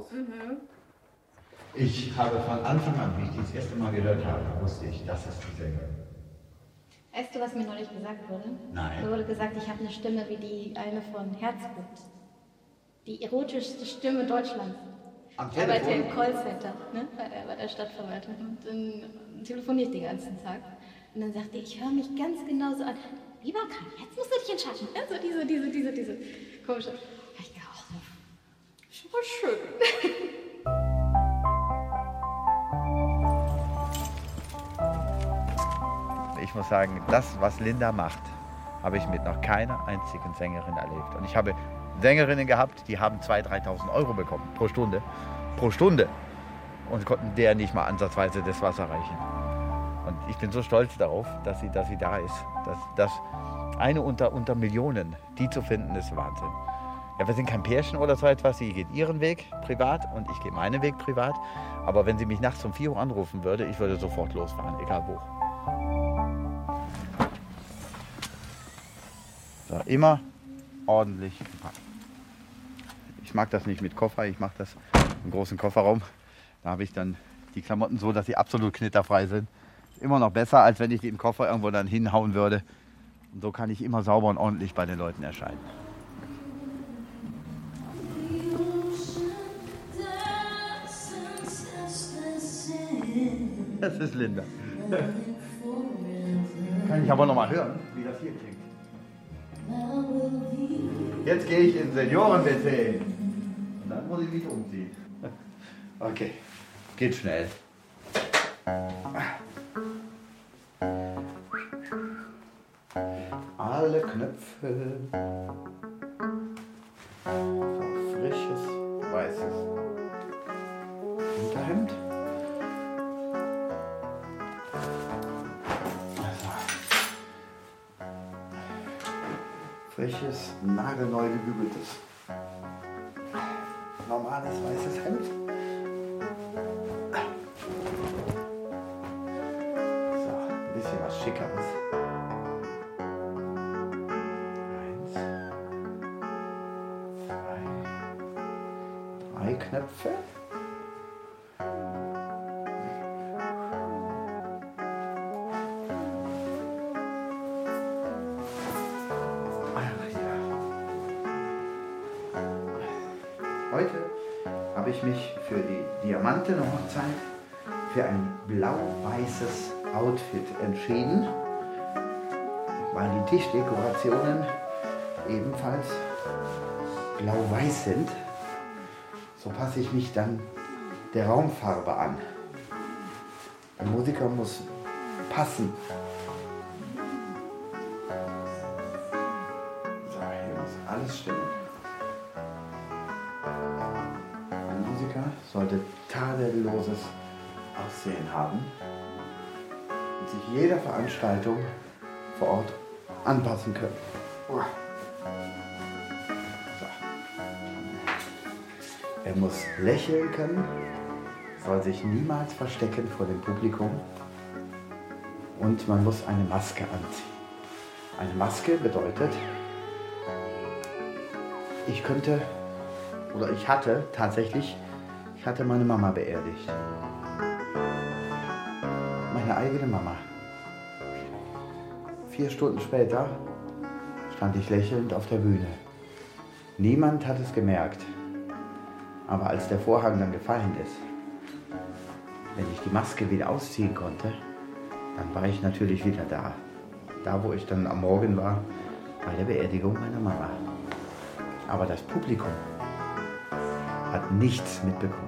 Ich habe von Anfang an, wie ich das erste Mal gehört habe, wusste ich, das ist die Sängerin. Weißt du, was mir neulich gesagt wurde? Nein. Mir wurde gesagt, ich habe eine Stimme wie die eine von Herzblut. Die erotischste Stimme Deutschlands. Am Ich arbeite Telefon? im Callcenter, ne, bei der Stadtverwaltung. Und dann telefoniere ich den ganzen Tag. Und dann sagte ich höre mich ganz genauso an. Lieber Karl, jetzt musst du dich entscheiden. Ja, so diese komische. Ich dachte, ach, schon mal schön. ich muss sagen, das, was Linda macht, habe ich mit noch keiner einzigen Sängerin erlebt. Und ich habe Sängerinnen gehabt, die haben 2.000, 3.000 Euro bekommen pro Stunde. Und konnten der nicht mal ansatzweise das Wasser reichen. Und ich bin so stolz darauf, dass sie da ist. Das eine unter Millionen, die zu finden, ist Wahnsinn. Ja, wir sind kein Pärchen oder so etwas. Sie geht ihren Weg privat und ich gehe meinen Weg privat. Aber wenn sie mich nachts um 4 Uhr anrufen würde, ich würde sofort losfahren, egal wo. So, immer ordentlich gepackt. Ich mag das nicht mit Koffer, ich mache das im großen Kofferraum. Da habe ich dann die Klamotten so, dass sie absolut knitterfrei sind. Immer noch besser, als wenn ich die im Koffer irgendwo dann hinhauen würde. Und so kann ich immer sauber und ordentlich bei den Leuten erscheinen. Das ist Linda. Kann ich aber noch mal hören, wie das hier klingt. Jetzt gehe ich ins Senioren-WC. Und dann muss ich mich umziehen. Okay, geht schnell. Alle Knöpfe. So, frisches, weißes Unterhemd. Frisches, nagelneu gebügeltes, normales weißes Hemd. So, ein bisschen was Schickeres. 1, 2, 3 Knöpfe. Heute habe ich mich für die Diamantenhochzeit für ein blau-weißes Outfit entschieden, weil die Tischdekorationen ebenfalls blau-weiß sind. So passe ich mich dann der Raumfarbe an. Ein Musiker muss passen. So, hier muss alles stimmen. Sollte tadelloses Aussehen haben und sich jeder Veranstaltung vor Ort anpassen können. So. Er muss lächeln können, soll sich niemals verstecken vor dem Publikum und man muss eine Maske anziehen. Eine Maske bedeutet, ich hatte meine Mama beerdigt. Meine eigene Mama. 4 Stunden später stand ich lächelnd auf der Bühne. Niemand hat es gemerkt. Aber als der Vorhang dann gefallen ist, wenn ich die Maske wieder ausziehen konnte, dann war ich natürlich wieder da. Da, wo ich dann am Morgen war, bei der Beerdigung meiner Mama. Aber das Publikum hat nichts mitbekommen.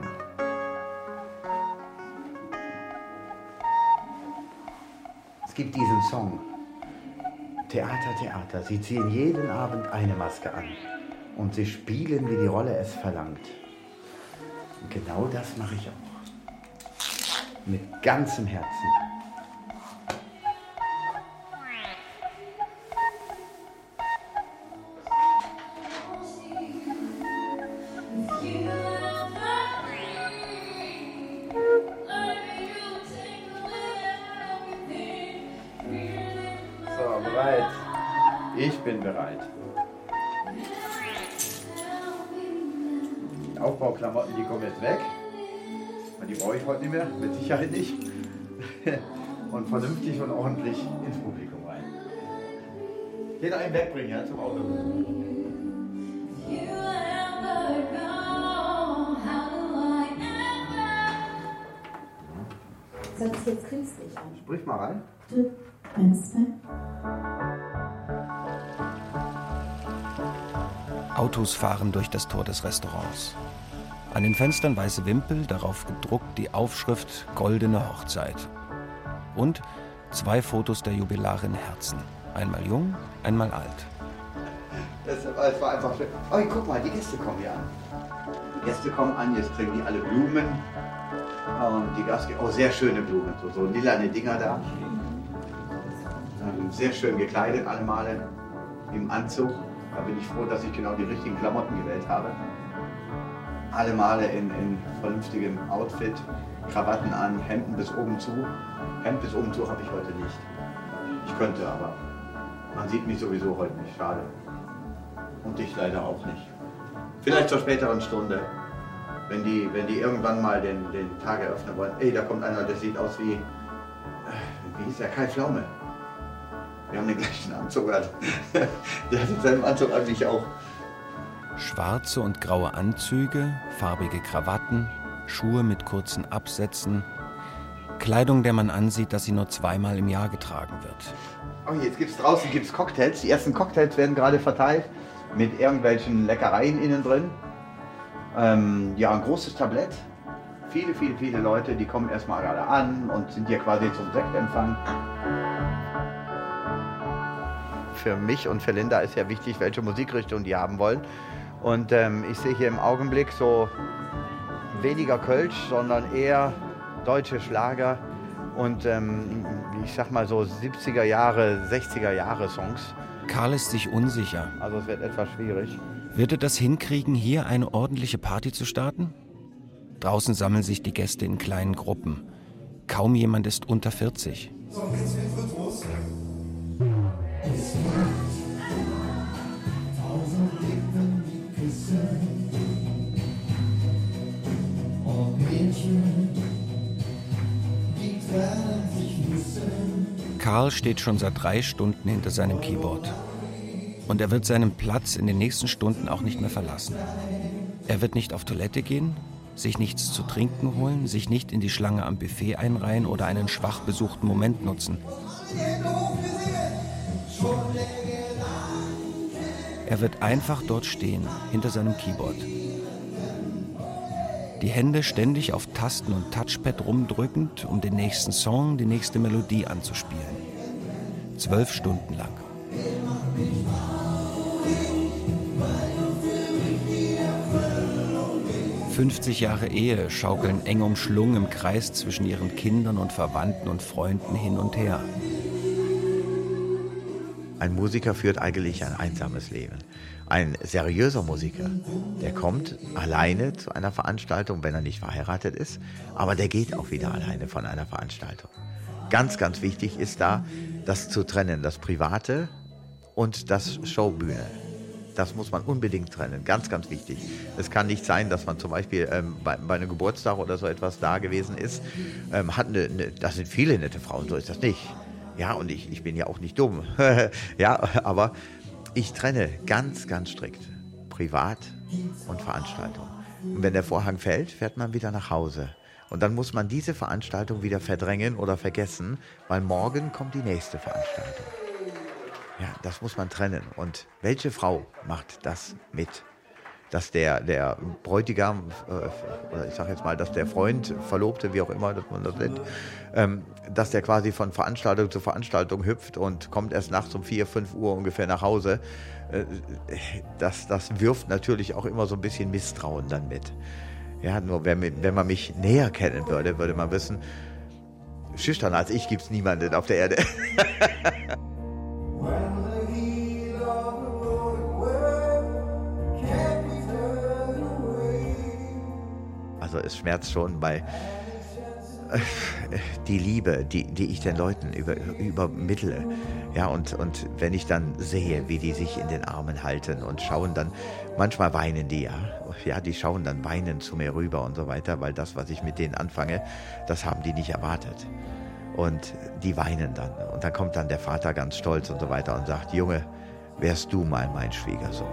Es gibt diesen Song, Theater, Theater. Sie ziehen jeden Abend eine Maske an und sie spielen, wie die Rolle es verlangt. Und genau das mache ich auch. Mit ganzem Herzen. Bereit. Ich bin bereit. Die Aufbauklamotten, die kommen jetzt weg. Die brauche ich heute nicht mehr, mit Sicherheit nicht. Und vernünftig und ordentlich ins Publikum rein. Den einen wegbringen, ja, zum Auto. Soll es jetzt künstlich an? Sprich mal rein. 1, 2. Autos fahren durch das Tor des Restaurants. An den Fenstern weiße Wimpel, darauf gedruckt die Aufschrift Goldene Hochzeit. Und 2 Fotos der Jubilarin Herzen. Einmal jung, einmal alt. Es war einfach schön. Oh, guck mal, die Gäste kommen hier an. Die Gäste kommen an, jetzt kriegen die alle Blumen. Und die Gastgeber, sehr schöne Blumen, so lilane Dinger da. Sehr schön gekleidet, alle Male im Anzug. Da bin ich froh, dass ich genau die richtigen Klamotten gewählt habe. Alle Male in vernünftigem Outfit, Krawatten an, Hemden bis oben zu. Hemd bis oben zu habe ich heute nicht. Ich könnte, aber man sieht mich sowieso heute nicht, schade. Und dich leider auch nicht. Vielleicht zur späteren Stunde, wenn die irgendwann mal den Tag eröffnen wollen. Ey, da kommt einer, der sieht aus wie hieß der, Kai Pflaume. Wir haben den gleichen Anzug an. Der hat in seinem Anzug eigentlich auch. Schwarze und graue Anzüge, farbige Krawatten, Schuhe mit kurzen Absätzen. Kleidung, der man ansieht, dass sie nur 2-mal im Jahr getragen wird. Oh, jetzt draußen gibt's Cocktails. Die ersten Cocktails werden gerade verteilt mit irgendwelchen Leckereien innen drin. Ein großes Tablett. Viele Leute, die kommen erstmal gerade an und sind hier quasi zum Sektempfang. Für mich und für Linda ist ja wichtig, welche Musikrichtung die haben wollen. Und ich sehe hier im Augenblick so weniger Kölsch, sondern eher deutsche Schlager und ich sag mal so 70er Jahre, 60er Jahre Songs. Karl ist sich unsicher. Also es wird etwas schwierig. Wird er das hinkriegen, hier eine ordentliche Party zu starten? Draußen sammeln sich die Gäste in kleinen Gruppen. Kaum jemand ist unter 40. So, jetzt wird Rhythmus. Tausend Lippen, die küssen. Und Mädchen, die trennen sich müssen. Karl steht schon seit 3 Stunden hinter seinem Keyboard. Und er wird seinen Platz in den nächsten Stunden auch nicht mehr verlassen. Er wird nicht auf Toilette gehen, sich nichts zu trinken holen, sich nicht in die Schlange am Buffet einreihen oder einen schwach besuchten Moment nutzen. Er wird einfach dort stehen, hinter seinem Keyboard. Die Hände ständig auf Tasten und Touchpad rumdrückend, um den nächsten Song, die nächste Melodie anzuspielen. 12 Stunden lang. »50 Jahre Ehe schaukeln eng umschlungen im Kreis zwischen ihren Kindern und Verwandten und Freunden hin und her.« Ein Musiker führt eigentlich ein einsames Leben. Ein seriöser Musiker, der kommt alleine zu einer Veranstaltung, wenn er nicht verheiratet ist, aber der geht auch wieder alleine von einer Veranstaltung. Ganz, ganz wichtig ist da, das zu trennen, das Private und das Showbühne. Das muss man unbedingt trennen, ganz, ganz wichtig. Es kann nicht sein, dass man zum Beispiel bei einem Geburtstag oder so etwas da gewesen ist. Das sind viele nette Frauen, so ist das nicht. Ja, und ich bin ja auch nicht dumm. Ja, aber ich trenne ganz, ganz strikt Privat und Veranstaltung. Und wenn der Vorhang fällt, fährt man wieder nach Hause. Und dann muss man diese Veranstaltung wieder verdrängen oder vergessen, weil morgen kommt die nächste Veranstaltung. Ja, das muss man trennen. Und welche Frau macht das mit? Dass der Bräutigam, oder ich sage jetzt mal, dass der Freund, Verlobte, wie auch immer dass man das nennt, dass der quasi von Veranstaltung zu Veranstaltung hüpft und kommt erst nachts um 4, 5 Uhr ungefähr nach Hause. Das wirft natürlich auch immer so ein bisschen Misstrauen dann mit. Ja, nur wenn man mich näher kennen würde, würde man wissen, schüchtern als ich gibt es niemanden auf der Erde. Also es schmerzt schon bei die Liebe, die ich den Leuten übermittle. Ja, und wenn ich dann sehe, wie die sich in den Armen halten und schauen dann, manchmal weinen die ja, die schauen dann weinend zu mir rüber und so weiter, weil das, was ich mit denen anfange, das haben die nicht erwartet. Und die weinen dann. Und dann kommt dann der Vater ganz stolz und so weiter und sagt, Junge, wärst du mal mein Schwiegersohn.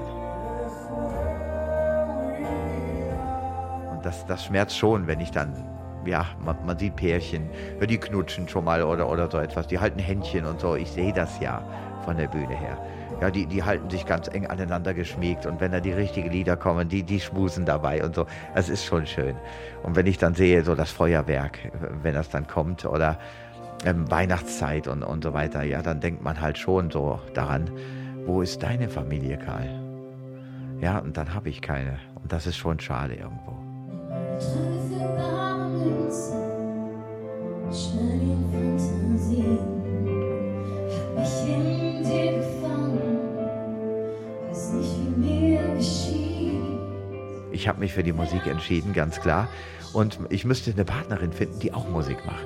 Und das schmerzt schon, wenn ich dann, ja, man sieht Pärchen, die knutschen schon mal oder so etwas, die halten Händchen und so, ich sehe das ja von der Bühne her. Ja, die halten sich ganz eng aneinander geschmiegt und wenn da die richtigen Lieder kommen, die schmusen dabei und so, das ist schon schön. Und wenn ich dann sehe, so das Feuerwerk, wenn das dann kommt oder Weihnachtszeit und so weiter, ja, dann denkt man halt schon so daran, wo ist deine Familie, Karl? Ja, und dann habe ich keine. Und das ist schon schade irgendwo. Ich habe mich für die Musik entschieden, ganz klar. Und ich müsste eine Partnerin finden, die auch Musik macht.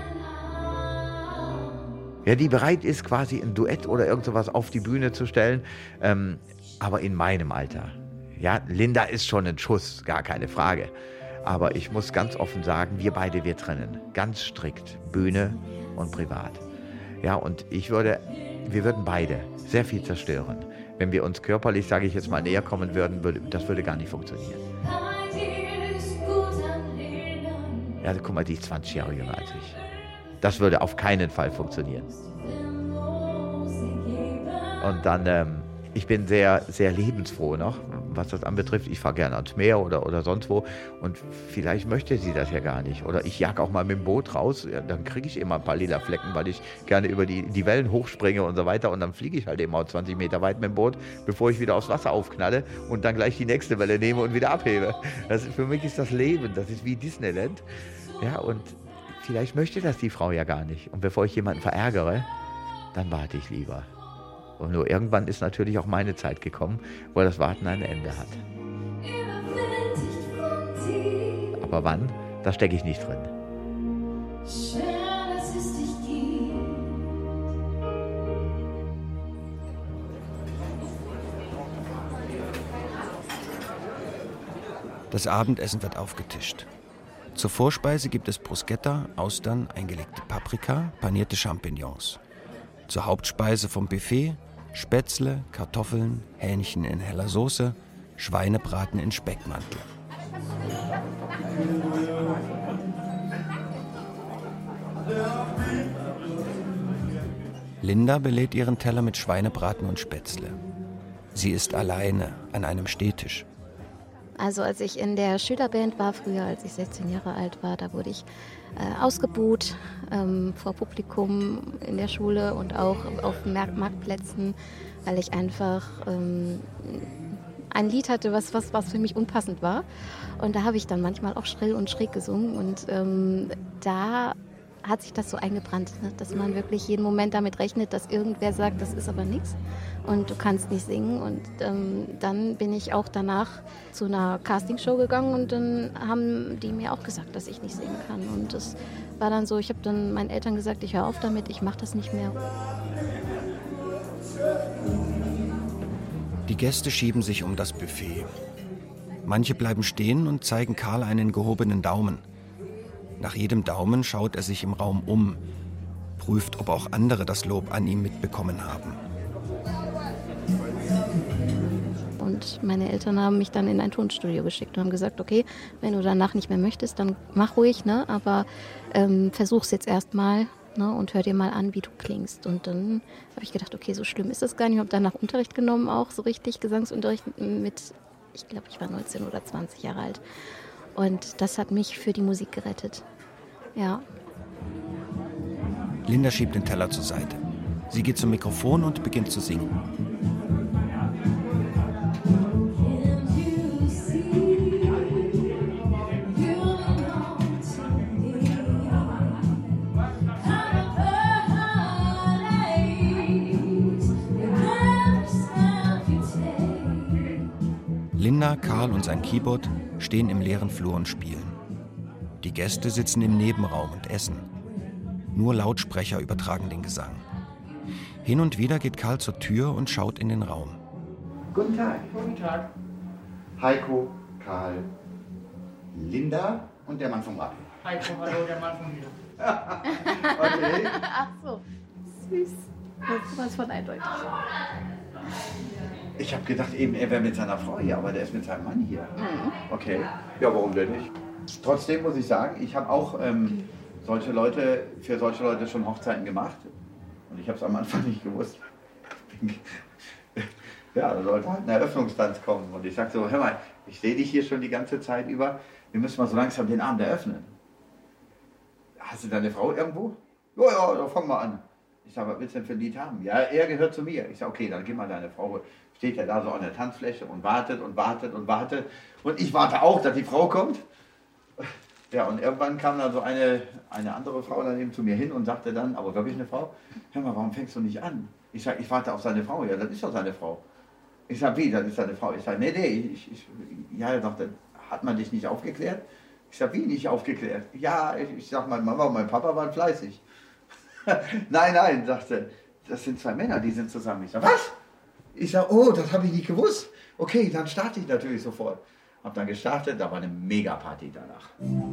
Ja, die bereit ist, quasi ein Duett oder irgend sowas auf die Bühne zu stellen, aber in meinem Alter. Ja, Linda ist schon ein Schuss, gar keine Frage. Aber ich muss ganz offen sagen, wir trennen ganz strikt Bühne und privat. Ja, und wir würden beide sehr viel zerstören. Wenn wir uns körperlich, sage ich jetzt mal, näher kommen würden, das würde gar nicht funktionieren. Ja, guck mal, die ist 20 Jahre jünger als ich. Das würde auf keinen Fall funktionieren. Und dann, ich bin sehr, sehr lebensfroh noch, was das anbetrifft. Ich fahre gerne ans Meer oder sonst wo. Und vielleicht möchte sie das ja gar nicht. Oder ich jag auch mal mit dem Boot raus. Ja, dann kriege ich immer ein paar lila Flecken, weil ich gerne über die Wellen hochspringe und so weiter. Und dann fliege ich halt eben auch 20 Meter weit mit dem Boot, bevor ich wieder aufs Wasser aufknalle und dann gleich die nächste Welle nehme und wieder abhebe. Für mich ist das Leben. Das ist wie Disneyland. Ja, und vielleicht möchte das die Frau ja gar nicht. Und bevor ich jemanden verärgere, dann warte ich lieber. Und nur irgendwann ist natürlich auch meine Zeit gekommen, wo das Warten ein Ende hat. Aber wann? Da stecke ich nicht drin. Das Abendessen wird aufgetischt. Zur Vorspeise gibt es Bruschetta, Austern, eingelegte Paprika, panierte Champignons. Zur Hauptspeise vom Buffet Spätzle, Kartoffeln, Hähnchen in heller Soße, Schweinebraten in Speckmantel. Linda belädt ihren Teller mit Schweinebraten und Spätzle. Sie ist alleine an einem Stehtisch. Also als ich in der Schülerband war, früher als ich 16 Jahre alt war, da wurde ich ausgebuht vor Publikum in der Schule und auch auf Marktplätzen, weil ich einfach ein Lied hatte, was für mich unpassend war. Und da habe ich dann manchmal auch schrill und schräg gesungen und da hat sich das so eingebrannt, ne? Dass man wirklich jeden Moment damit rechnet, dass irgendwer sagt, das ist aber nichts und du kannst nicht singen. Und dann bin ich auch danach zu einer Castingshow gegangen und dann haben die mir auch gesagt, dass ich nicht singen kann. Und das war dann so, ich habe dann meinen Eltern gesagt, ich höre auf damit, ich mache das nicht mehr. Die Gäste schieben sich um das Buffet. Manche bleiben stehen und zeigen Karl einen gehobenen Daumen. Nach jedem Daumen schaut er sich im Raum um, prüft, ob auch andere das Lob an ihm mitbekommen haben. Und meine Eltern haben mich dann in ein Tonstudio geschickt und haben gesagt, okay, wenn du danach nicht mehr möchtest, dann mach ruhig, ne? Aber versuch's jetzt erstmal, ne? Und hör dir mal an, wie du klingst. Und dann habe ich gedacht, okay, so schlimm ist das gar nicht. Ich habe danach Unterricht genommen, auch so richtig Gesangsunterricht mit, ich glaube, ich war 19 oder 20 Jahre alt. Und das hat mich für die Musik gerettet. Ja. Linda schiebt den Teller zur Seite. Sie geht zum Mikrofon und beginnt zu singen. Linda, Karl und sein Keyboard stehen im leeren Flur und spielen. Die Gäste sitzen im Nebenraum und essen. Nur Lautsprecher übertragen den Gesang. Hin und wieder geht Karl zur Tür und schaut in den Raum. Guten Tag. Guten Tag. Heiko, Karl, Linda und der Mann vom Radio. Heiko, hallo, der Mann von mir. Okay. Ach so, süß. Das war von eindeutig. Ich habe gedacht, eben er wäre mit seiner Frau hier, aber der ist mit seinem Mann hier. Okay. Ja, warum denn nicht? Trotzdem muss ich sagen, ich habe auch für solche Leute schon Hochzeiten gemacht. Und ich habe es am Anfang nicht gewusst. Ja, da sollte halt ein Eröffnungstanz kommen. Und ich sage so, hör mal, ich sehe dich hier schon die ganze Zeit über. Wir müssen mal so langsam den Abend eröffnen. Hast du deine Frau irgendwo? Ja, dann fang mal an. Ich sage, was willst du denn für ein Lied haben? Ja, er gehört zu mir. Ich sage, okay, dann gib mal deine Frau. Steht ja da so an der Tanzfläche und wartet und wartet und wartet. Und ich warte auch, dass die Frau kommt. Ja, und irgendwann kam dann so eine andere Frau daneben zu mir hin und sagte dann, aber wirklich eine Frau, hör mal, warum fängst du nicht an? Ich sage, ich warte auf seine Frau. Ja, das ist doch seine Frau. Ich sage, wie, das ist seine Frau? Ich sage, nee, ja, er sagte, hat man dich nicht aufgeklärt? Ich sage, wie nicht aufgeklärt? Ja, ich sage, meine Mama und mein Papa waren fleißig. Nein, sagte, das sind 2 Männer, die sind zusammen. Ich sage, was? Ich sage, oh, das habe ich nicht gewusst. Okay, dann starte ich natürlich sofort. Hab dann gestartet, da war eine Mega-Party danach.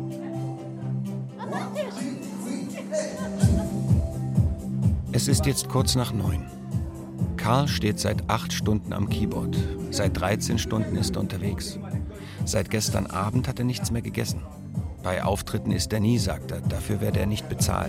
Es ist jetzt kurz nach 9. Carl steht seit 8 Stunden am Keyboard. Seit 13 Stunden ist er unterwegs. Seit gestern Abend hat er nichts mehr gegessen. Bei Auftritten isst er nie, sagt er. Dafür werde er nicht bezahlt.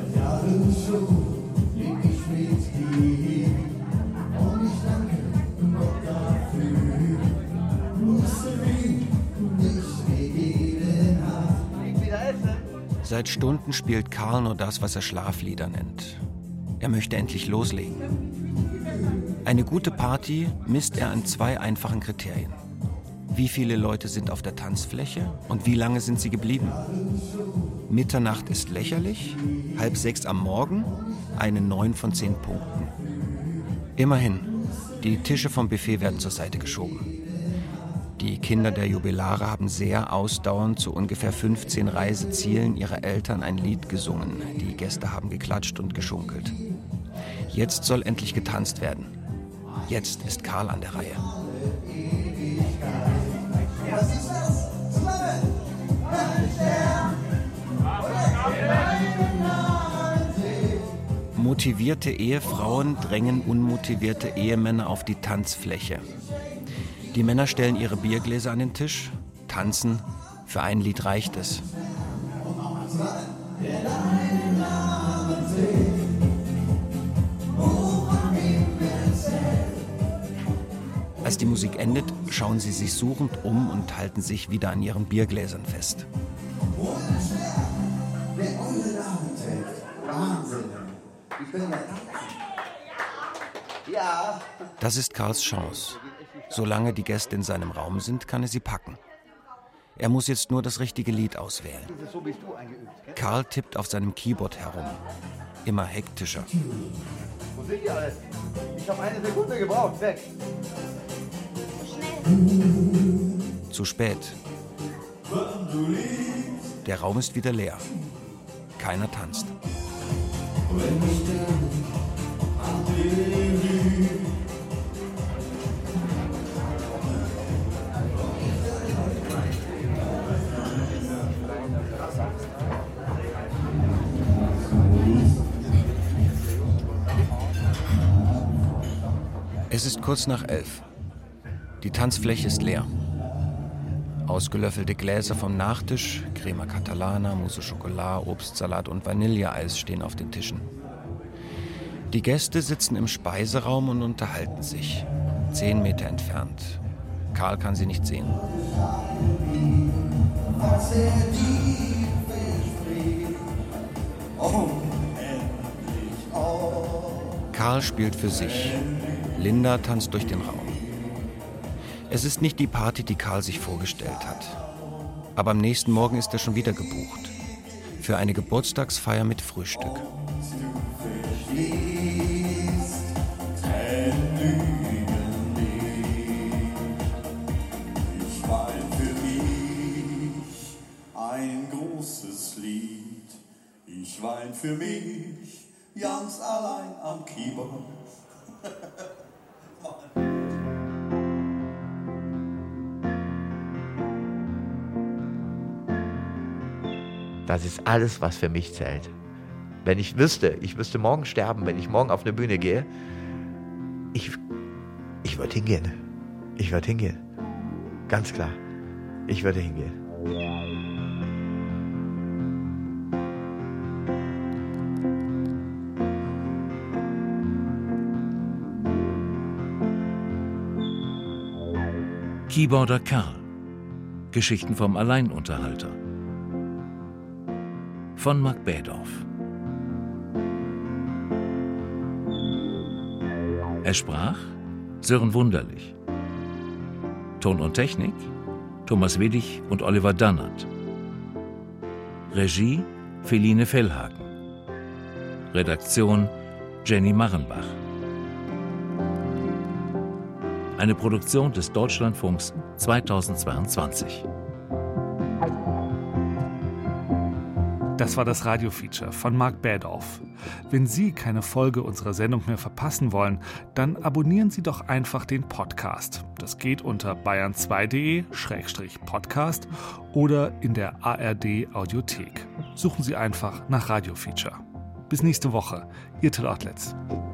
Seit Stunden spielt Carl nur das, was er Schlaflieder nennt. Er möchte endlich loslegen. Eine gute Party misst er an 2 einfachen Kriterien. Wie viele Leute sind auf der Tanzfläche und wie lange sind sie geblieben? Mitternacht ist lächerlich, 5:30 am Morgen, eine 9 von 10 Punkten. Immerhin, die Tische vom Buffet werden zur Seite geschoben. Die Kinder der Jubilare haben sehr ausdauernd zu ungefähr 15 Reisezielen ihrer Eltern ein Lied gesungen. Die Gäste haben geklatscht und geschunkelt. Jetzt soll endlich getanzt werden. Jetzt ist Carl an der Reihe. Motivierte Ehefrauen drängen unmotivierte Ehemänner auf die Tanzfläche. Die Männer stellen ihre Biergläser an den Tisch, tanzen, für ein Lied reicht es. Als die Musik endet, schauen sie sich suchend um und halten sich wieder an ihren Biergläsern fest. Das ist Carls Chance. Solange die Gäste in seinem Raum sind, kann er sie packen. Er muss jetzt nur das richtige Lied auswählen. Carl tippt auf seinem Keyboard herum. Immer hektischer. Wo sind die alle? Ich habe 1 Sekunde gebraucht. Weg. Zu spät. Der Raum ist wieder leer. Keiner tanzt. Es ist kurz nach 11. Die Tanzfläche ist leer. Ausgelöffelte Gläser vom Nachtisch, Crema Catalana, Mousse au Chocolat, Obstsalat und Vanilleeis stehen auf den Tischen. Die Gäste sitzen im Speiseraum und unterhalten sich. 10 Meter entfernt. Carl kann sie nicht sehen. Carl spielt für sich. Linda tanzt durch den Raum. Es ist nicht die Party, die Carl sich vorgestellt hat. Aber am nächsten Morgen ist er schon wieder gebucht. Für eine Geburtstagsfeier mit Frühstück. Ich wein für mich ein großes Lied. Ich wein für mich ganz allein am Keyboard. Das ist alles, was für mich zählt. Wenn ich wüsste, ich müsste morgen sterben, wenn ich morgen auf eine Bühne gehe, ich würde hingehen. Ich würde hingehen. Ganz klar. Ich würde hingehen. Keyboarder Carl. Geschichten vom Alleinunterhalter. Von Marc Bädorf. Es sprach Sören Wunderlich. Ton und Technik Thomas Wedig und Oliver Dannert. Regie Feline Fellhagen. Redaktion Jenny Marrenbach. Eine Produktion des Deutschlandfunks 2022. Das war das Radio-Feature von Marc Bädorf. Wenn Sie keine Folge unserer Sendung mehr verpassen wollen, dann abonnieren Sie doch einfach den Podcast. Das geht unter bayern2.de/podcast oder in der ARD-Audiothek. Suchen Sie einfach nach Radio-Feature. Bis nächste Woche. Ihr Till Ottlitz.